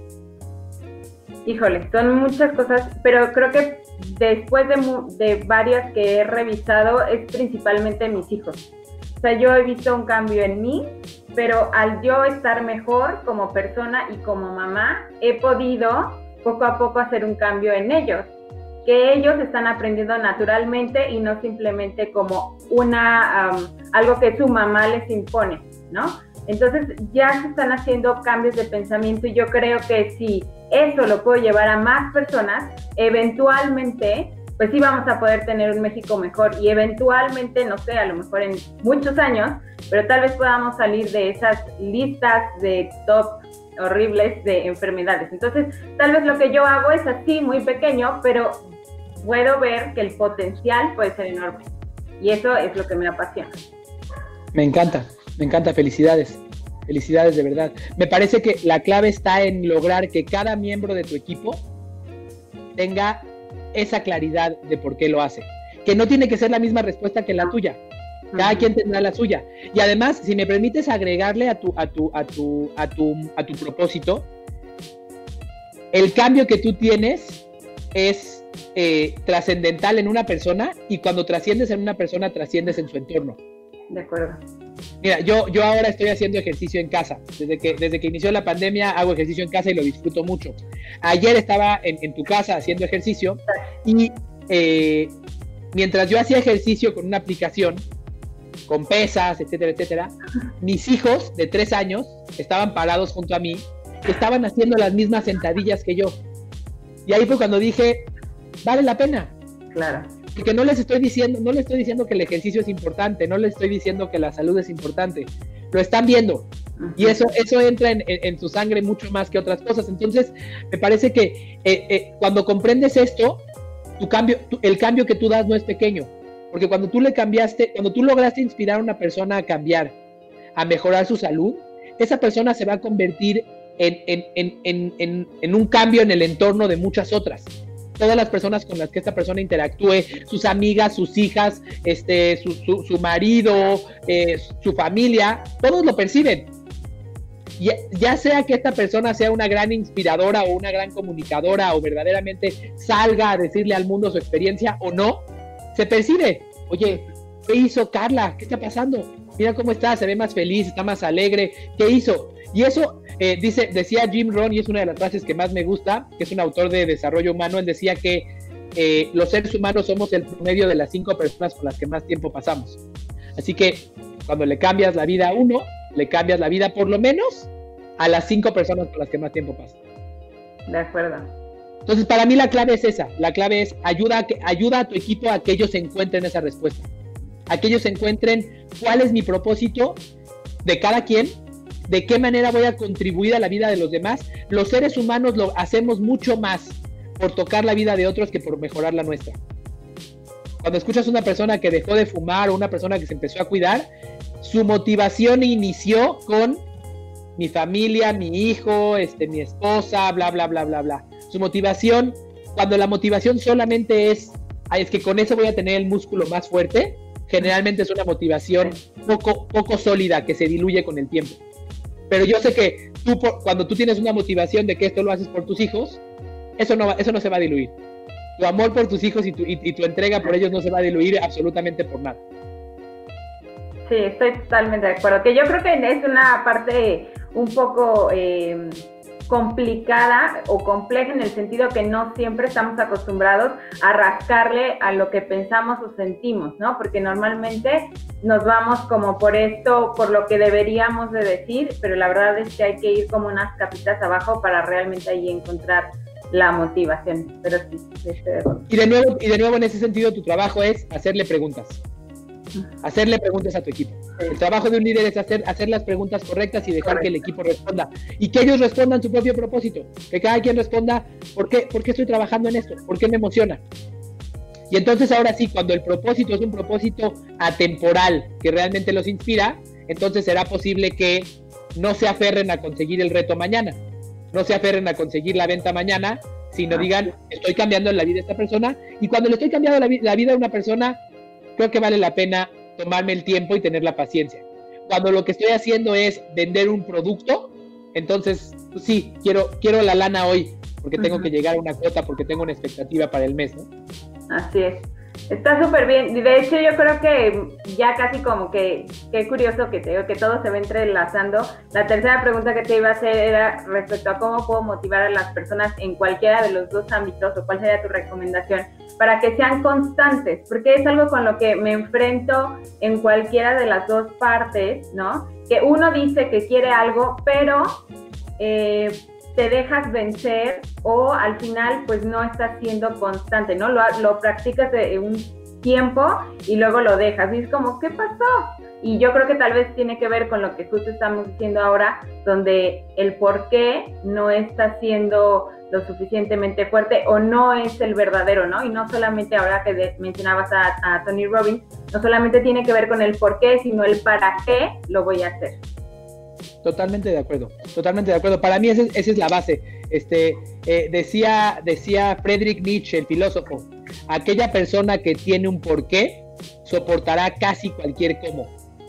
Híjole, son muchas cosas, pero creo que después de, de varias que he revisado, es principalmente mis hijos. O sea, yo he visto un cambio en mí, pero al yo estar mejor como persona y como mamá, he podido poco a poco hacer un cambio en ellos, que ellos están aprendiendo naturalmente y no simplemente como una um, algo que su mamá les impone, ¿no? Entonces ya se están haciendo cambios de pensamiento y yo creo que si eso lo puedo llevar a más personas, eventualmente, pues sí vamos a poder tener un México mejor y eventualmente, no sé, a lo mejor en muchos años, pero tal vez podamos salir de esas listas de top horribles de enfermedades. Entonces, tal vez lo que yo hago es así, muy pequeño, pero puedo ver que el potencial puede ser enorme. Y eso es lo que me apasiona. Me encanta, me encanta. Felicidades. Felicidades de verdad. Me parece que la clave está en lograr que cada miembro de tu equipo tenga esa claridad de por qué lo hace. Que no tiene que ser la misma respuesta que la tuya. Cada uh-huh. quien tendrá la suya. Y además, si me permites agregarle a tu, a tu, a tu, a tu, a tu propósito, el cambio que tú tienes es eh, trascendental en una persona y cuando trasciendes en una persona, trasciendes en su entorno. De acuerdo. Mira, yo, yo ahora estoy haciendo ejercicio en casa. Desde que, desde que inició la pandemia hago ejercicio en casa y lo disfruto mucho. Ayer estaba en, en tu casa haciendo ejercicio y eh, mientras yo hacía ejercicio con una aplicación, con pesas, etcétera, etcétera, mis hijos de tres años estaban parados junto a mí, estaban haciendo las mismas sentadillas que yo. Y ahí fue cuando dije, vale la pena. Claro. Porque no les estoy diciendo, no les estoy diciendo que el ejercicio es importante, no les estoy diciendo que la salud es importante, lo están viendo. Uh-huh. Y eso, eso entra en, en, en su sangre mucho más que otras cosas. Entonces, me parece que eh, eh, cuando comprendes esto, tu cambio, tu, el cambio que tú das no es pequeño. Porque cuando tú le cambiaste, cuando tú lograste inspirar a una persona a cambiar, a mejorar su salud, esa persona se va a convertir en, en, en, en, en, en un cambio en el entorno de muchas otras. Todas las personas con las que esta persona interactúe, sus amigas, sus hijas, este, su, su, su marido, eh, su familia, todos lo perciben. Ya, ya sea que esta persona sea una gran inspiradora o una gran comunicadora o verdaderamente salga a decirle al mundo su experiencia o no, se percibe. Oye, ¿qué hizo Carla? ¿Qué está pasando? Mira cómo está, se ve más feliz, está más alegre. ¿Qué hizo? Y eso, eh, dice, decía Jim Rohn, y es una de las frases que más me gusta, que es un autor de desarrollo humano. Él decía que eh, los seres humanos somos el promedio de las cinco personas con las que más tiempo pasamos. Así que cuando le cambias la vida a uno, le cambias la vida por lo menos a las cinco personas con las que más tiempo pasas. De acuerdo. Entonces, para mí la clave es esa. La clave es ayuda a, que, ayuda a tu equipo a que ellos encuentren esa respuesta. A que ellos encuentren cuál es mi propósito de cada quien, de qué manera voy a contribuir a la vida de los demás. Los seres humanos lo hacemos mucho más por tocar la vida de otros que por mejorar la nuestra. Cuando escuchas a una persona que dejó de fumar o una persona que se empezó a cuidar, su motivación inició con mi familia, mi hijo, este, mi esposa, bla, bla, bla, bla, bla. Su motivación, cuando la motivación solamente es, es que con eso voy a tener el músculo más fuerte, generalmente es una motivación poco, poco sólida que se diluye con el tiempo. Pero yo sé que tú, cuando tú tienes una motivación de que esto lo haces por tus hijos, eso no, eso no se va a diluir. Tu amor por tus hijos y tu, y, y tu entrega por ellos no se va a diluir absolutamente por nada. Sí, estoy totalmente de acuerdo. Que yo creo que es una parte un poco eh, complicada o compleja en el sentido que no siempre estamos acostumbrados a rascarle a lo que pensamos o sentimos, ¿no? Porque normalmente nos vamos como por esto, por lo que deberíamos de decir, pero la verdad es que hay que ir como unas capitas abajo para realmente ahí encontrar la motivación. Pero sí, estoy de acuerdo. Y de nuevo, y de nuevo en ese sentido tu trabajo es hacerle preguntas. Hacerle preguntas a tu equipo. El trabajo de un líder es hacer, hacer las preguntas correctas y dejar Correcto. que el equipo responda. Y que ellos respondan su propio propósito. Que cada quien responda, ¿por qué, ¿por qué estoy trabajando en esto? ¿Por qué me emociona? Y entonces ahora sí, cuando el propósito es un propósito atemporal que realmente los inspira, entonces será posible que no se aferren a conseguir el reto mañana. No se aferren a conseguir la venta mañana, sino digan, estoy cambiando la vida de esta persona. Y cuando le estoy cambiando la, vi- la vida a una persona, creo que vale la pena tomarme el tiempo y tener la paciencia. Cuando lo que estoy haciendo es vender un producto, entonces pues sí, quiero, quiero la lana hoy, porque tengo uh-huh. que llegar a una cuota, porque tengo una expectativa para el mes, ¿no? Así es. Está súper bien. De hecho, yo creo que ya casi como que, qué curioso que te digo que todo se va entrelazando. La tercera pregunta que te iba a hacer era respecto a cómo puedo motivar a las personas en cualquiera de los dos ámbitos, o cuál sería tu recomendación para que sean constantes, porque es algo con lo que me enfrento en cualquiera de las dos partes, ¿no? Que uno dice que quiere algo, pero eh, te dejas vencer o al final pues no estás siendo constante, ¿no? Lo, lo practicas de un tiempo y luego lo dejas y es como, ¿qué pasó? Y yo creo que tal vez tiene que ver con lo que justo estamos diciendo ahora, donde el por qué no está siendo lo suficientemente fuerte o no es el verdadero, ¿no? Y no solamente ahora que de, mencionabas a, a Tony Robbins, no solamente tiene que ver con el por qué, sino el para qué lo voy a hacer. Totalmente de acuerdo, totalmente de acuerdo. Para mí esa, esa es la base. Este, eh, decía, decía Friedrich Nietzsche, el filósofo, aquella persona que tiene un porqué soportará casi cualquier cómo.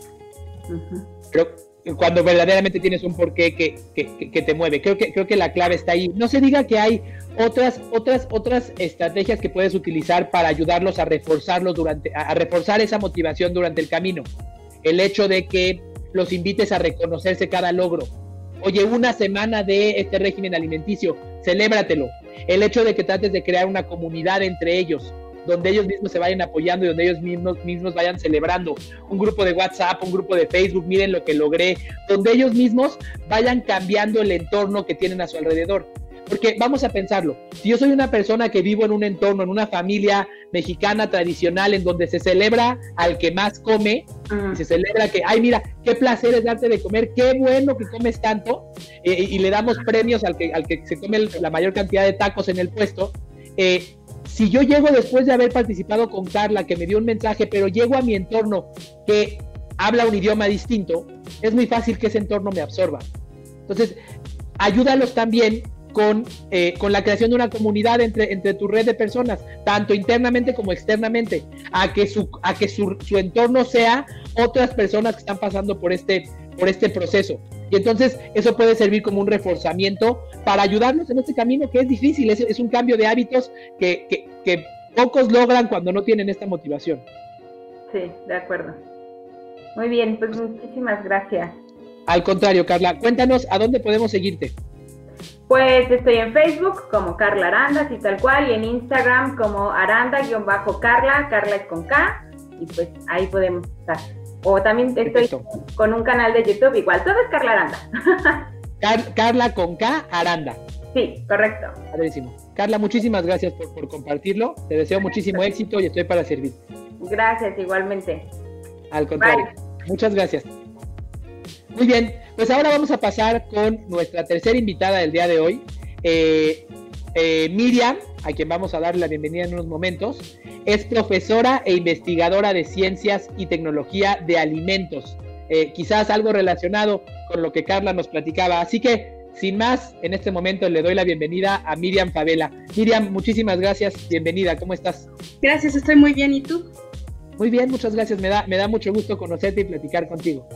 Uh-huh. Pero cuando verdaderamente tienes un porqué que, que, que te mueve, creo que, creo que la clave está ahí. No se diga que hay otras, otras, otras estrategias que puedes utilizar para ayudarlos a reforzarlos durante, a, a reforzar esa motivación durante el camino. El hecho de que los invites a reconocerse cada logro. Oye, una semana de este régimen alimenticio, celébratelo. El hecho de que trates de crear una comunidad entre ellos, donde ellos mismos se vayan apoyando y donde ellos mismos, mismos vayan celebrando. Un grupo de WhatsApp, un grupo de Facebook, miren lo que logré, donde ellos mismos vayan cambiando el entorno que tienen a su alrededor. Porque vamos a pensarlo, si yo soy una persona que vivo en un entorno, en una familia mexicana tradicional en donde se celebra al que más come, uh-huh. y se celebra que, ay mira, qué placer es darte de comer, qué bueno que comes tanto, eh, y le damos premios al que, al que se come el, la mayor cantidad de tacos en el puesto, eh, si yo llego después de haber participado con Carla, que me dio un mensaje, pero llego a mi entorno que habla un idioma distinto, es muy fácil que ese entorno me absorba. Entonces, ayúdalos también con, eh, con la creación de una comunidad entre, entre tu red de personas, tanto internamente como externamente, a que su, a que su, su entorno sea otras personas que están pasando por este, por este proceso. Y entonces eso puede servir como un reforzamiento para ayudarnos en este camino que es difícil, es, es un cambio de hábitos que, que, que pocos logran cuando no tienen esta motivación. Sí, de acuerdo. Muy bien, pues muchísimas gracias. Al contrario, Carla, cuéntanos a dónde podemos seguirte. Pues estoy en Facebook como Carla Aranda, así tal cual, y en Instagram como Aranda-Carla, Carla es con K, y pues ahí podemos estar. O también estoy Perfecto. con un canal de YouTube igual, todo es Carla Aranda. Car- Carla con K, Aranda. Sí, correcto. Padrísimo. Carla, muchísimas gracias por, por compartirlo. Te deseo muchísimo éxito y estoy para servir. Gracias, igualmente. Al contrario. Bye. Muchas gracias. Muy bien, pues ahora vamos a pasar con nuestra tercera invitada del día de hoy, eh, eh, Miriam, a quien vamos a darle la bienvenida en unos momentos. Es profesora e investigadora de ciencias y tecnología de alimentos, eh, quizás algo relacionado con lo que Carla nos platicaba. Así que, sin más, en este momento le doy la bienvenida a Miriam Favela. Miriam, muchísimas gracias, bienvenida, ¿cómo estás? Gracias, estoy muy bien, ¿y tú? Muy bien, muchas gracias, me da, me da mucho gusto conocerte y platicar contigo.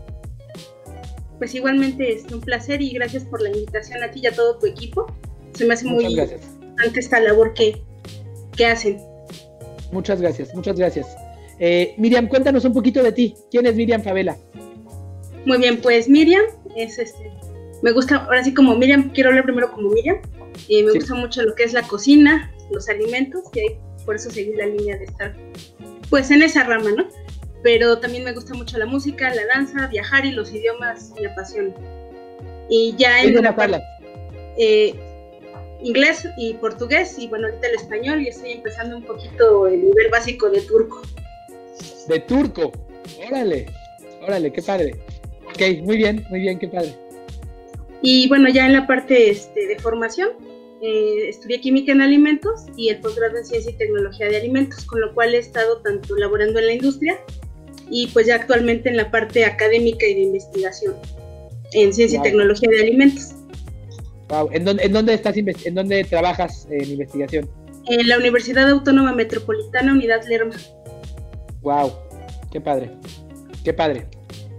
Pues igualmente es un placer y gracias por la invitación a ti y a todo tu equipo. Se me hace muchas muy gracias. importante esta labor que, que hacen. Muchas gracias, muchas gracias. Eh, Miriam, cuéntanos un poquito de ti. ¿Quién es Miriam Favela? Muy bien, pues Miriam es este, me gusta, ahora sí como Miriam, quiero hablar primero como Miriam. Eh, me sí. gusta mucho lo que es la cocina, los alimentos, y ahí, por eso seguí la línea de estar pues en esa rama, ¿no? Pero también me gusta mucho la música, la danza, viajar y los idiomas me apasionan. Y ya en la parte, eh, inglés y portugués, y bueno, ahorita el español, y estoy empezando un poquito el nivel básico de turco. ¿De turco? Órale, órale, qué padre. Ok, muy bien, muy bien, qué padre. Y bueno, ya en la parte este, de formación, eh, estudié química en alimentos y el posgrado en ciencia y tecnología de alimentos, con lo cual he estado tanto laborando en la industria y pues ya actualmente en la parte académica y de investigación en ciencia wow. y tecnología de alimentos. Wow. ¿En dónde, en dónde estás en dónde trabajas en investigación? En la Universidad Autónoma Metropolitana, Unidad Lerma. Wow, qué padre, qué padre.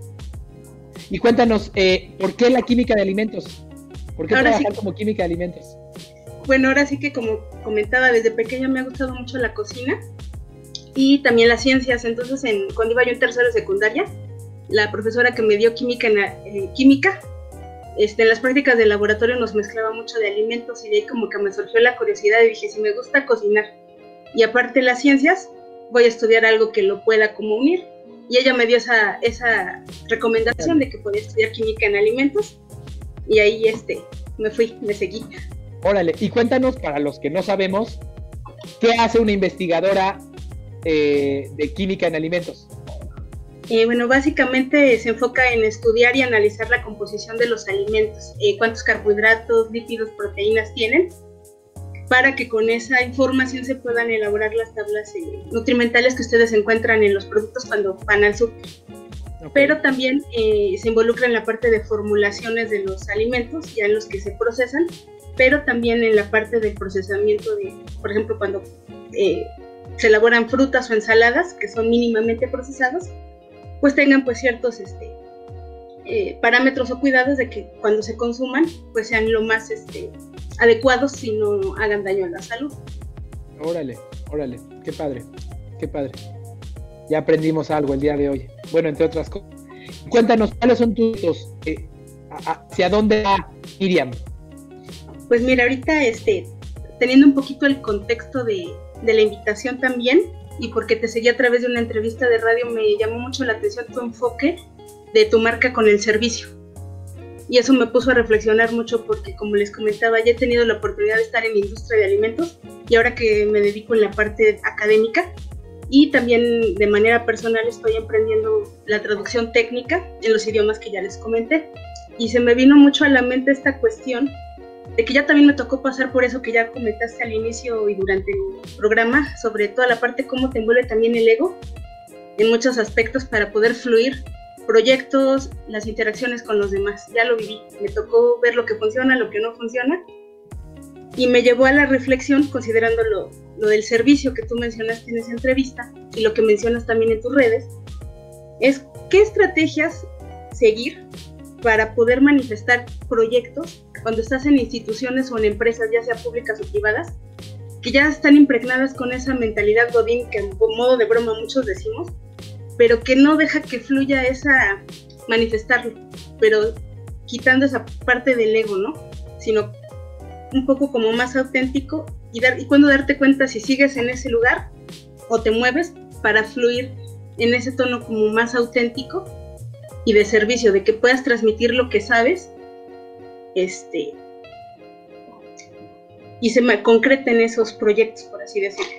Y cuéntanos, eh, ¿por qué la química de alimentos? ¿Por qué ahora trabajar sí, como química de alimentos? Bueno, ahora sí que como comentaba, desde pequeña me ha gustado mucho la cocina y también las ciencias. Entonces, en, cuando iba yo en tercero de secundaria, la profesora que me dio química, en, eh, química este, en las prácticas de laboratorio nos mezclaba mucho de alimentos y de ahí como que me surgió la curiosidad y dije, si me gusta cocinar y aparte las ciencias, voy a estudiar algo que lo pueda como unir. Y ella me dio esa, esa recomendación de que podía estudiar química en alimentos y ahí este, me fui, me seguí. Órale, y cuéntanos, para los que no sabemos, ¿qué hace una investigadora eh, de química en alimentos? Eh, bueno, básicamente se enfoca en estudiar y analizar la composición de los alimentos, eh, cuántos carbohidratos, lípidos, proteínas tienen, para que con esa información se puedan elaborar las tablas eh, nutrimentales que ustedes encuentran en los productos cuando van al súper. Okay. Pero también eh, se involucra en la parte de formulaciones de los alimentos, ya en los que se procesan, pero también en la parte del procesamiento de, por ejemplo, cuando eh, se elaboran frutas o ensaladas que son mínimamente procesadas, pues tengan pues ciertos este, eh, parámetros o cuidados de que cuando se consuman pues sean lo más este, adecuados y no hagan daño a la salud. Órale, órale, qué padre, qué padre. Ya aprendimos algo el día de hoy. Bueno, entre otras cosas. Cuéntanos, ¿cuáles son tus eh, hacia dónde va Miriam? Pues mira, ahorita este, teniendo un poquito el contexto de, de la invitación también, y porque te seguí a través de una entrevista de radio, me llamó mucho la atención tu enfoque de tu marca con el servicio. Y eso me puso a reflexionar mucho porque, como les comentaba, ya he tenido la oportunidad de estar en la industria de alimentos y ahora que me dedico en la parte académica y también de manera personal estoy emprendiendo la traducción técnica en los idiomas que ya les comenté. Y se me vino mucho a la mente esta cuestión de que ya también me tocó pasar por eso que ya comentaste al inicio y durante el programa, sobre toda la parte cómo te envuelve también el ego en muchos aspectos para poder fluir proyectos, las interacciones con los demás. Ya lo viví, me tocó ver lo que funciona, lo que no funciona y me llevó a la reflexión considerando lo, lo del servicio que tú mencionaste en esa entrevista y lo que mencionas también en tus redes, es qué estrategias seguir para poder manifestar proyectos cuando estás en instituciones o en empresas, ya sea públicas o privadas, que ya están impregnadas con esa mentalidad godín que en modo de broma muchos decimos, pero que no deja que fluya esa manifestarlo, pero quitando esa parte del ego, ¿no? Sino un poco como más auténtico y, dar, y cuando darte cuenta si sigues en ese lugar o te mueves para fluir en ese tono como más auténtico y de servicio, de que puedas transmitir lo que sabes, este, y se concreten esos proyectos, por así decirlo.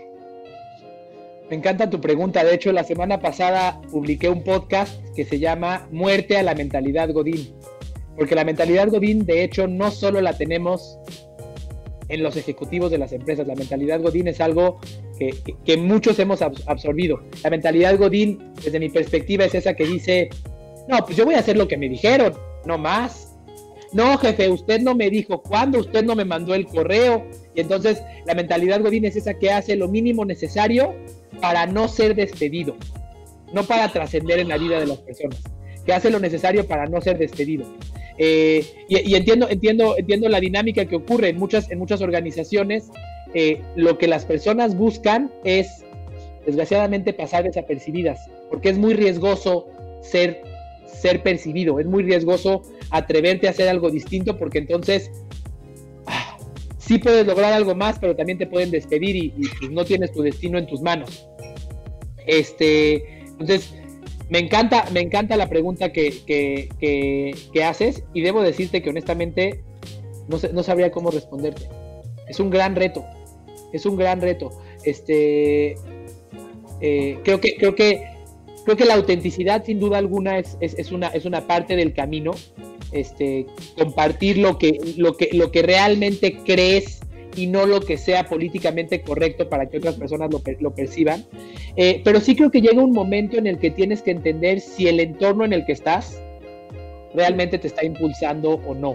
Me encanta tu pregunta. De hecho, la semana pasada publiqué un podcast que se llama Muerte a la mentalidad Godín. Porque la mentalidad Godín, de hecho, no solo la tenemos en los ejecutivos de las empresas. La mentalidad Godín es algo que, que, que muchos hemos absorbido. La mentalidad Godín, desde mi perspectiva, es esa que dice, no, pues yo voy a hacer lo que me dijeron, no más. No, jefe, usted no me dijo cuándo, usted no me mandó el correo. Y entonces la mentalidad Godín es esa que hace lo mínimo necesario para no ser despedido, no para trascender en la vida de las personas, que hace lo necesario para no ser despedido. Eh, y, y entiendo, entiendo, entiendo la dinámica que ocurre en muchas, en muchas organizaciones. Eh, lo que las personas buscan es, desgraciadamente, pasar desapercibidas, porque es muy riesgoso ser, ser percibido, es muy riesgoso atreverte a hacer algo distinto, porque entonces ah, sí puedes lograr algo más, pero también te pueden despedir y, y pues no tienes tu destino en tus manos. Este, entonces, me encanta, me encanta la pregunta que, que, que, que haces, y debo decirte que honestamente no, sé, no sabría cómo responderte. Es un gran reto, es un gran reto. Este, eh, creo que, creo que, creo que la autenticidad, sin duda alguna, es, es, es una, es una parte del camino. Este, compartir lo que, lo que, lo que realmente crees y no lo que sea políticamente correcto para que otras personas lo, lo perciban. Eh, pero sí creo que llega un momento en el que tienes que entender si el entorno en el que estás realmente te está impulsando o no.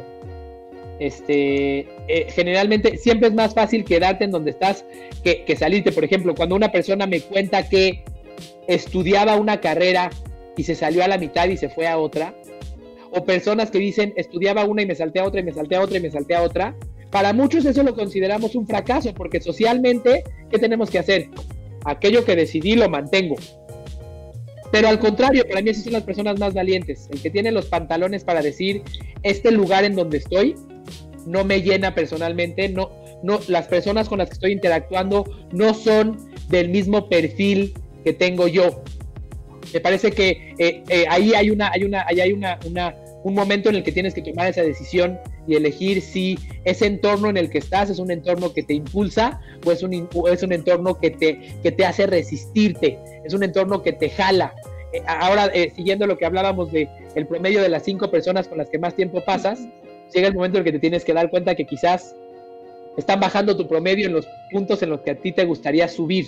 Este, eh, generalmente siempre es más fácil quedarte en donde estás que, que salirte. Por ejemplo, cuando una persona me cuenta que estudiaba una carrera y se salió a la mitad y se fue a otra, o personas que dicen estudiaba una y me salté a otra y me salté a otra y me salté a otra, para muchos eso lo consideramos un fracaso, porque socialmente, ¿qué tenemos que hacer? Aquello que decidí lo mantengo. Pero al contrario, para mí esas son las personas más valientes, el que tiene los pantalones para decir, este lugar en donde estoy no me llena personalmente, no, no, las personas con las que estoy interactuando no son del mismo perfil que tengo yo. Me parece que eh, eh, ahí hay una, hay una, ahí hay una, una, un momento en el que tienes que tomar esa decisión y elegir si ese entorno en el que estás es un entorno que te impulsa o es un, o es un entorno que te, que te hace resistirte, es un entorno que te jala. Eh, ahora, eh, siguiendo lo que hablábamos de el promedio de las cinco personas con las que más tiempo pasas, llega el momento en el que te tienes que dar cuenta que quizás están bajando tu promedio en los puntos en los que a ti te gustaría subir.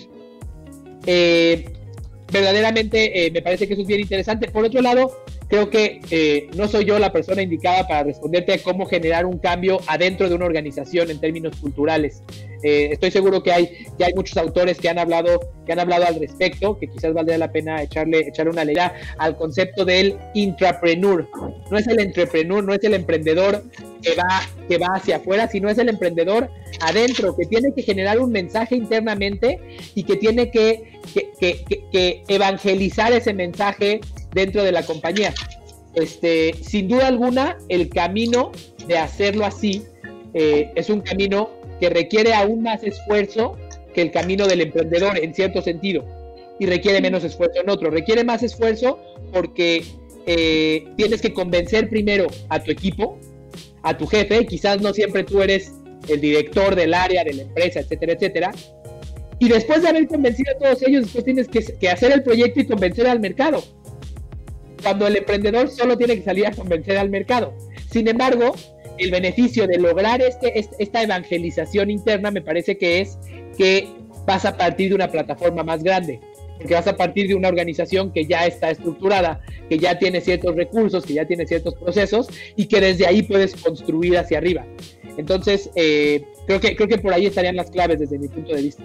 Eh, verdaderamente eh, me parece que eso es bien interesante. Por otro lado, creo que eh, no soy yo la persona indicada para responderte a cómo generar un cambio adentro de una organización en términos culturales. Eh, estoy seguro que hay, que hay muchos autores que han hablado, que han hablado al respecto, que quizás valdría la pena echarle, echarle una leída al concepto del intrapreneur. No es el entrepreneur, no es el emprendedor que va, que va hacia afuera, sino es el emprendedor adentro, que tiene que generar un mensaje internamente y que tiene que, que, que, que, que evangelizar ese mensaje dentro de la compañía. Este, sin duda alguna, el camino de hacerlo así eh, es un camino que requiere aún más esfuerzo que el camino del emprendedor en cierto sentido, y requiere menos esfuerzo en otro. Requiere más esfuerzo porque eh, tienes que convencer primero a tu equipo, a tu jefe, quizás no siempre tú eres el director del área, de la empresa, etcétera, etcétera, y después de haber convencido a todos ellos, después tienes que, que hacer el proyecto y convencer al mercado, cuando el emprendedor solo tiene que salir a convencer al mercado. Sin embargo, el beneficio de lograr este, este, esta evangelización interna me parece que es que vas a partir de una plataforma más grande, porque vas a partir de una organización que ya está estructurada, que ya tiene ciertos recursos, que ya tiene ciertos procesos y que desde ahí puedes construir hacia arriba. Entonces, eh, creo que, creo que por ahí estarían las claves desde mi punto de vista.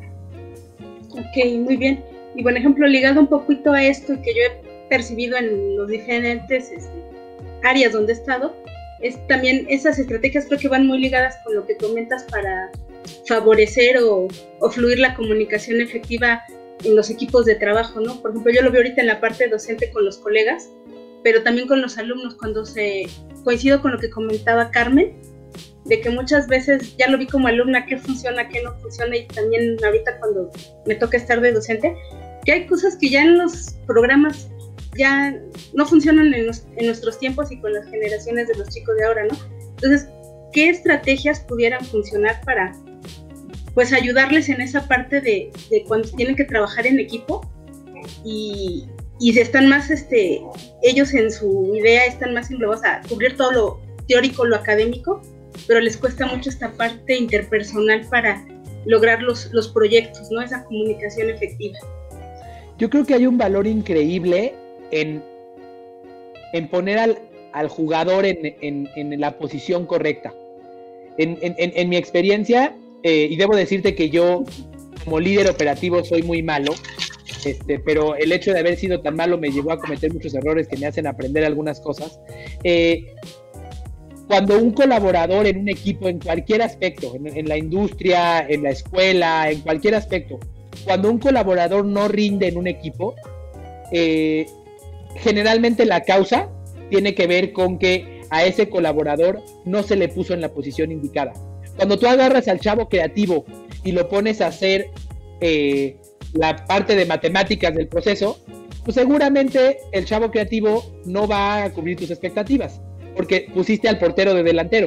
Ok, muy bien. Y por ejemplo, ligado un poquito a esto que yo he percibido en los diferentes este, áreas donde he estado, es también esas estrategias creo que van muy ligadas con lo que comentas para favorecer o, o fluir la comunicación efectiva en los equipos de trabajo, ¿no? Por ejemplo, yo lo veo ahorita en la parte docente con los colegas, pero también con los alumnos, cuando se coincido con lo que comentaba Carmen, de que muchas veces ya lo vi como alumna, qué funciona, qué no funciona, y también ahorita cuando me toca estar de docente, que hay cosas que ya en los programas ya no funcionan en, los, en nuestros tiempos y con las generaciones de los chicos de ahora, ¿no? Entonces, qué estrategias pudieran funcionar para, pues, ayudarles en esa parte de, de cuando tienen que trabajar en equipo y, y están más, este, ellos en su idea están más englobados a cubrir todo lo teórico, lo académico, pero les cuesta mucho esta parte interpersonal para lograr los, los proyectos, ¿no? Esa comunicación efectiva. Yo creo que hay un valor increíble en, en poner al, al jugador en, en, en la posición correcta. En, en, en mi experiencia, eh, y debo decirte que yo como líder operativo soy muy malo, este, pero el hecho de haber sido tan malo me llevó a cometer muchos errores que me hacen aprender algunas cosas. Eh, Cuando un colaborador en un equipo, en cualquier aspecto, en, en la industria, en la escuela, en cualquier aspecto, cuando un colaborador no rinde en un equipo, eh, generalmente la causa tiene que ver con que a ese colaborador no se le puso en la posición indicada. Cuando tú agarras al chavo creativo y lo pones a hacer eh, la parte de matemáticas del proceso, pues seguramente el chavo creativo no va a cubrir tus expectativas, porque pusiste al portero de delantero.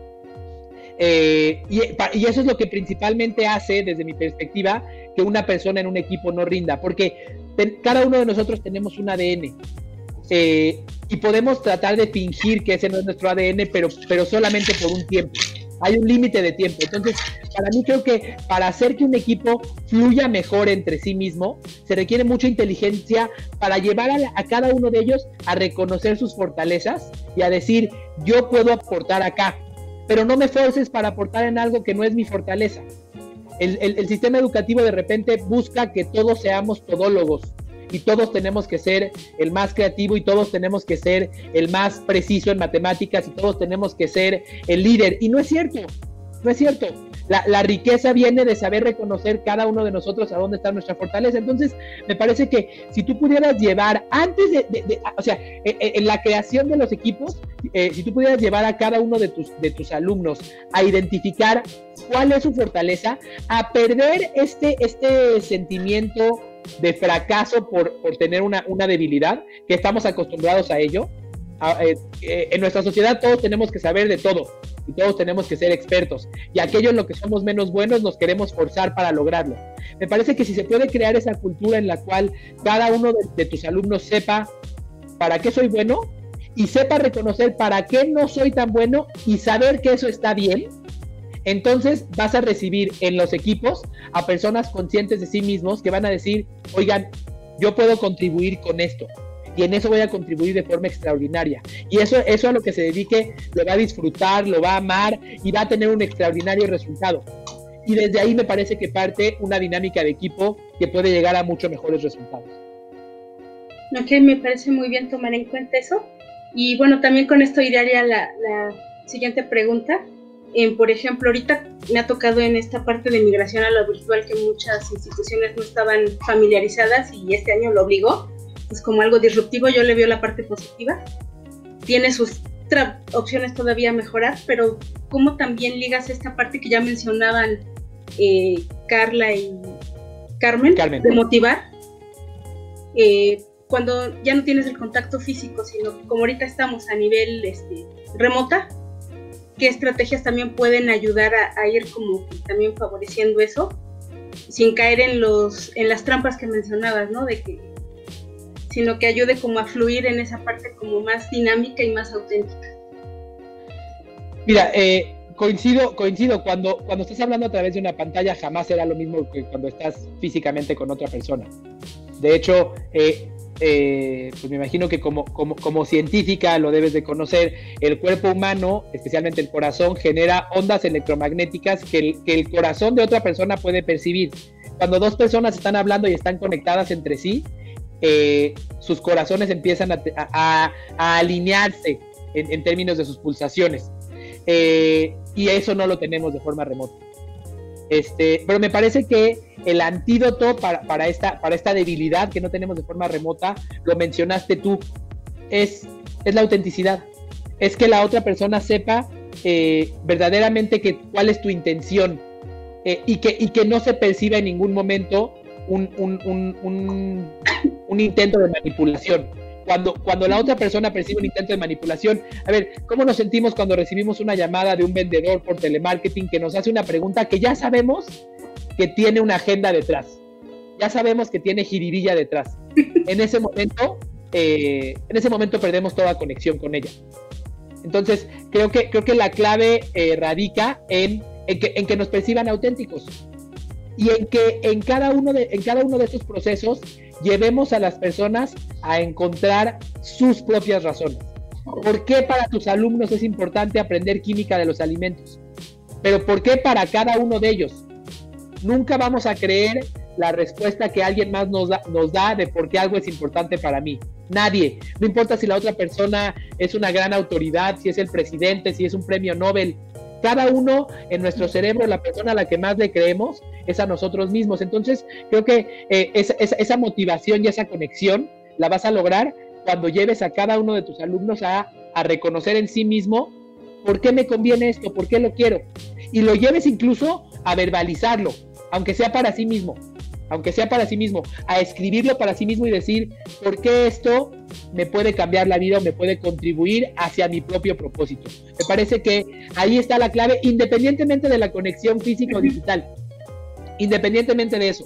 Eh, y, y eso es lo que principalmente hace, desde mi perspectiva, que una persona en un equipo no rinda, porque ten, cada uno de nosotros tenemos un A D N, eh, y podemos tratar de fingir que ese no es nuestro A D N, pero, pero solamente por un tiempo. Hay un límite de tiempo. Entonces, para mí creo que para hacer que un equipo fluya mejor entre sí mismo, se requiere mucha inteligencia para llevar a, a cada uno de ellos a reconocer sus fortalezas y a decir, yo puedo aportar acá, pero no me forces para aportar en algo que no es mi fortaleza. El, el, el sistema educativo de repente busca que todos seamos todólogos, y todos tenemos que ser el más creativo, y todos tenemos que ser el más preciso en matemáticas, y todos tenemos que ser el líder, y no es cierto, no es cierto. La, la riqueza viene de saber reconocer cada uno de nosotros a dónde está nuestra fortaleza. Entonces, me parece que si tú pudieras llevar, antes de, de, de o sea, en, en la creación de los equipos, eh, si tú pudieras llevar a cada uno de tus, de tus alumnos a identificar cuál es su fortaleza, a perder este, este sentimiento de fracaso por, por tener una, una debilidad, que estamos acostumbrados a ello. A, eh, eh, en nuestra sociedad todos tenemos que saber de todo y todos tenemos que ser expertos, y aquello en lo que somos menos buenos nos queremos forzar para lograrlo. Me parece que si se puede crear esa cultura en la cual cada uno de, de tus alumnos sepa para qué soy bueno y sepa reconocer para qué no soy tan bueno y saber que eso está bien, entonces vas a recibir en los equipos a personas conscientes de sí mismos que van a decir, oigan, yo puedo contribuir con esto, y en eso voy a contribuir de forma extraordinaria, y eso, eso a lo que se dedique lo va a disfrutar, lo va a amar y va a tener un extraordinario resultado. Y desde ahí me parece que parte una dinámica de equipo que puede llegar a mucho mejores resultados. Ok, me parece muy bien tomar en cuenta eso. Y bueno, también con esto iría la, la siguiente pregunta. Eh, por ejemplo, ahorita me ha tocado en esta parte de migración a lo virtual que muchas instituciones no estaban familiarizadas, y este año lo obligó, pues como algo disruptivo. Yo le veo la parte positiva. Tiene sus tra- opciones todavía a mejorar, pero ¿cómo también ligas esta parte que ya mencionaban eh, Carla y Carmen, Carmen, de motivar? Eh, cuando ya no tienes el contacto físico, sino como ahorita estamos a nivel este, remota, ¿qué estrategias también pueden ayudar a, a ir como también favoreciendo eso, sin caer en los en las trampas que mencionabas, ¿no? De que, sino que ayude como a fluir en esa parte como más dinámica y más auténtica. Mira, eh, coincido, coincido, cuando, cuando estás hablando a través de una pantalla jamás será lo mismo que cuando estás físicamente con otra persona. De hecho, eh, Eh, pues me imagino que como, como, como científica lo debes de conocer, el cuerpo humano, especialmente el corazón, genera ondas electromagnéticas que el, que el corazón de otra persona puede percibir. Cuando dos personas están hablando y están conectadas entre sí, eh, sus corazones empiezan a, a, a alinearse en, en términos de sus pulsaciones, eh, y eso no lo tenemos de forma remota. Este, pero me parece que el antídoto para, para, esta, para esta debilidad que no tenemos de forma remota, lo mencionaste tú, es, es la autenticidad. Es que la otra persona sepa eh, verdaderamente que, cuál es tu intención, eh, y, que, y que no se perciba en ningún momento un, un, un, un, un intento de manipulación. cuando, cuando la otra persona percibe un intento de manipulación. A ver, ¿cómo nos sentimos cuando recibimos una llamada de un vendedor por telemarketing que nos hace una pregunta que ya sabemos que tiene una agenda detrás? Ya sabemos que tiene jiribilla detrás. En ese momento, eh, en ese momento perdemos toda conexión con ella. Entonces, creo que, creo que la clave eh, radica en, en, que, en que nos perciban auténticos y en que en cada uno de, en cada uno de estos procesos llevemos a las personas a encontrar sus propias razones. ¿Por qué para tus alumnos es importante aprender química de los alimentos? Pero ¿por qué para cada uno de ellos? Nunca vamos a creer la respuesta que alguien más nos da, nos da de por qué algo es importante para mí. Nadie. No importa si la otra persona es una gran autoridad, si es el presidente, si es un premio Nobel. Cada uno en nuestro cerebro, la persona a la que más le creemos es a nosotros mismos. Entonces, creo que eh, esa, esa, esa motivación y esa conexión la vas a lograr cuando lleves a cada uno de tus alumnos a, a reconocer en sí mismo por qué me conviene esto, por qué lo quiero. Y lo lleves incluso a verbalizarlo, aunque sea para sí mismo. aunque sea para sí mismo, a escribirlo para sí mismo y decir por qué esto me puede cambiar la vida o me puede contribuir hacia mi propio propósito. Me parece que ahí está la clave, independientemente de la conexión física o digital, independientemente de eso.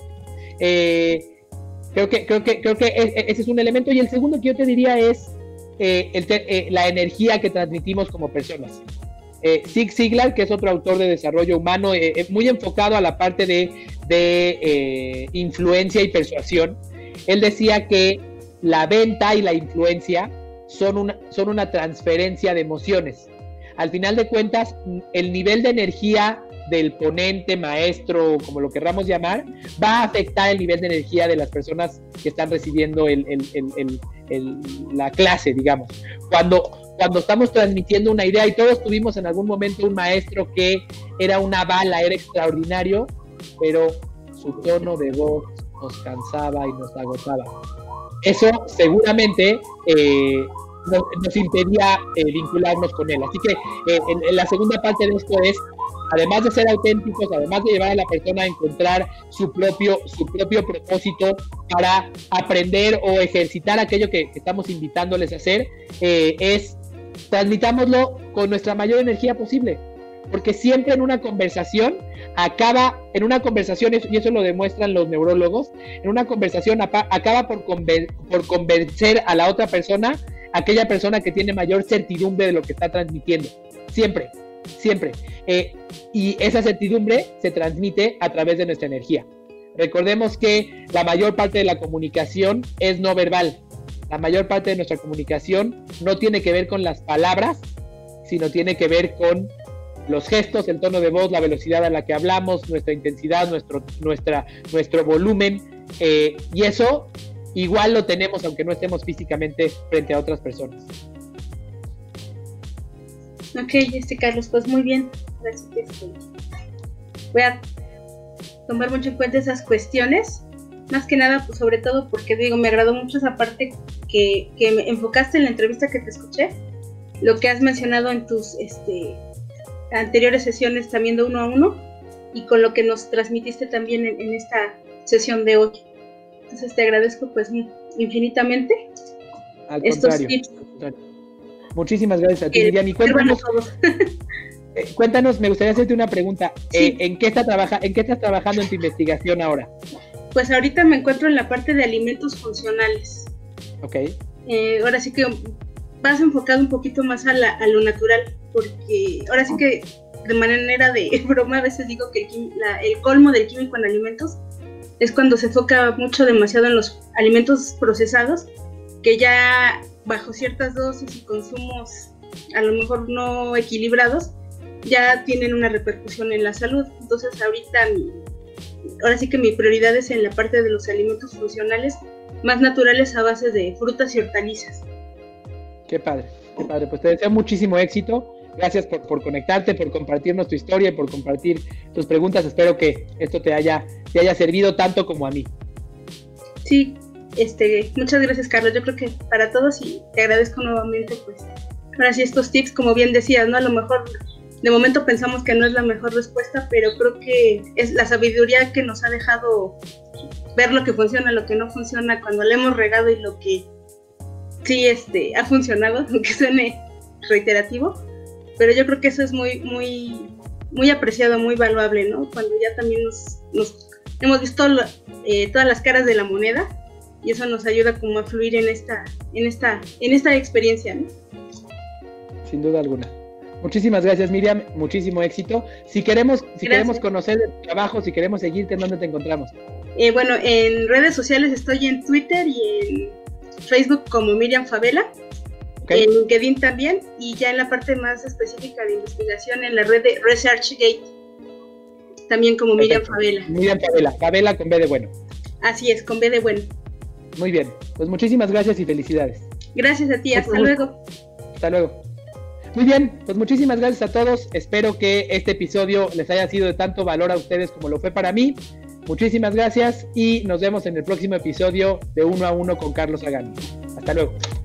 Eh, creo que, creo que, creo que ese es un elemento. Y el segundo que yo te diría es eh, el te, eh, la energía que transmitimos como personas. Eh, Zig Ziglar, que es otro autor de desarrollo humano, eh, eh, muy enfocado a la parte de, de eh, influencia y persuasión, él decía que la venta y la influencia son una, son una transferencia de emociones. Al final de cuentas, el nivel de energía del ponente, maestro, como lo querramos llamar, va a afectar el nivel de energía de las personas que están recibiendo el, el, el, el, el, la clase, digamos. Cuando, cuando estamos transmitiendo una idea, y todos tuvimos en algún momento un maestro que era una bala, era extraordinario, pero su tono de voz nos cansaba y nos agotaba. Eso seguramente eh, nos, nos impedía eh, vincularnos con él. Así que eh, en, en la segunda parte de esto es, además de ser auténticos, además de llevar a la persona a encontrar su propio, su propio propósito para aprender o ejercitar aquello que, que estamos invitándoles a hacer, eh, es transmitámoslo con nuestra mayor energía posible. Porque siempre en una conversación acaba, en una conversación, y eso lo demuestran los neurólogos, en una conversación acaba por, conven, por convencer a la otra persona, aquella persona que tiene mayor certidumbre de lo que está transmitiendo. Siempre, siempre. Eh, y esa certidumbre se transmite a través de nuestra energía. Recordemos que la mayor parte de la comunicación es no verbal. La mayor parte de nuestra comunicación no tiene que ver con las palabras, sino tiene que ver con los gestos, el tono de voz, la velocidad a la que hablamos, nuestra intensidad, nuestro, nuestra, nuestro volumen, eh, y eso igual lo tenemos aunque no estemos físicamente frente a otras personas. Ok, este Carlos, pues muy bien. Gracias. Voy a tomar mucho en cuenta esas cuestiones, más que nada, pues, sobre todo porque digo, me agradó mucho esa parte que, que me enfocaste en la entrevista que te escuché, lo que has mencionado en tus este, anteriores sesiones también de uno a uno y con lo que nos transmitiste también en, en esta sesión de hoy. Entonces te agradezco pues infinitamente. Al estos tips. Muchísimas gracias a ti, Miriam. Y cuéntanos, eh, cuéntanos, me gustaría hacerte una pregunta. Sí. Eh, ¿en, qué está trabaja, ¿En qué estás trabajando en tu investigación ahora? Pues ahorita me encuentro en la parte de alimentos funcionales. Ok. Eh, ahora sí que vas enfocado un poquito más a, la, a lo natural, porque ahora sí que de manera de broma a veces digo que el, la, el colmo del químico en alimentos es cuando se enfoca mucho demasiado en los alimentos procesados, que ya bajo ciertas dosis y consumos a lo mejor no equilibrados, ya tienen una repercusión en la salud. Entonces ahorita, ahora sí que mi prioridad es en la parte de los alimentos funcionales, más naturales a base de frutas y hortalizas. Qué padre, qué padre. Pues te deseo muchísimo éxito. Gracias por, por conectarte, por compartirnos tu historia y por compartir tus preguntas. Espero que esto te haya, te haya servido tanto como a mí. Sí, este, muchas gracias, Carlos. Yo creo que para todos, y te agradezco nuevamente, pues, ahora sí estos tips, como bien decías, ¿no? A lo mejor de momento pensamos que no es la mejor respuesta, pero creo que es la sabiduría que nos ha dejado ver lo que funciona, lo que no funciona, cuando le hemos regado y lo que sí este, ha funcionado, aunque suene reiterativo, pero yo creo que eso es muy, muy, muy apreciado, muy valuable, ¿no? Cuando ya también nos, nos hemos visto eh, todas las caras de la moneda, y eso nos ayuda como a fluir en esta, en esta, en esta experiencia, ¿no? Sin duda alguna. Muchísimas gracias, Miriam, muchísimo éxito. Si queremos, si queremos conocer el trabajo, si queremos seguirte, ¿en dónde te encontramos? Eh, bueno, en redes sociales estoy en Twitter y en Facebook como Miriam Favela, okay. En LinkedIn también, y ya en la parte más específica de investigación en la red de ResearchGate, también como Miriam Perfecto. Favela. Miriam Favela, Favela con B de bueno. Así es, con B de bueno. Muy bien, pues muchísimas gracias y felicidades. Gracias a ti, hasta luego. Hasta luego. Muy bien, pues muchísimas gracias a todos. Espero que este episodio les haya sido de tanto valor a ustedes como lo fue para mí. Muchísimas gracias y nos vemos en el próximo episodio de Uno a Uno con Carlos Agami. Hasta luego.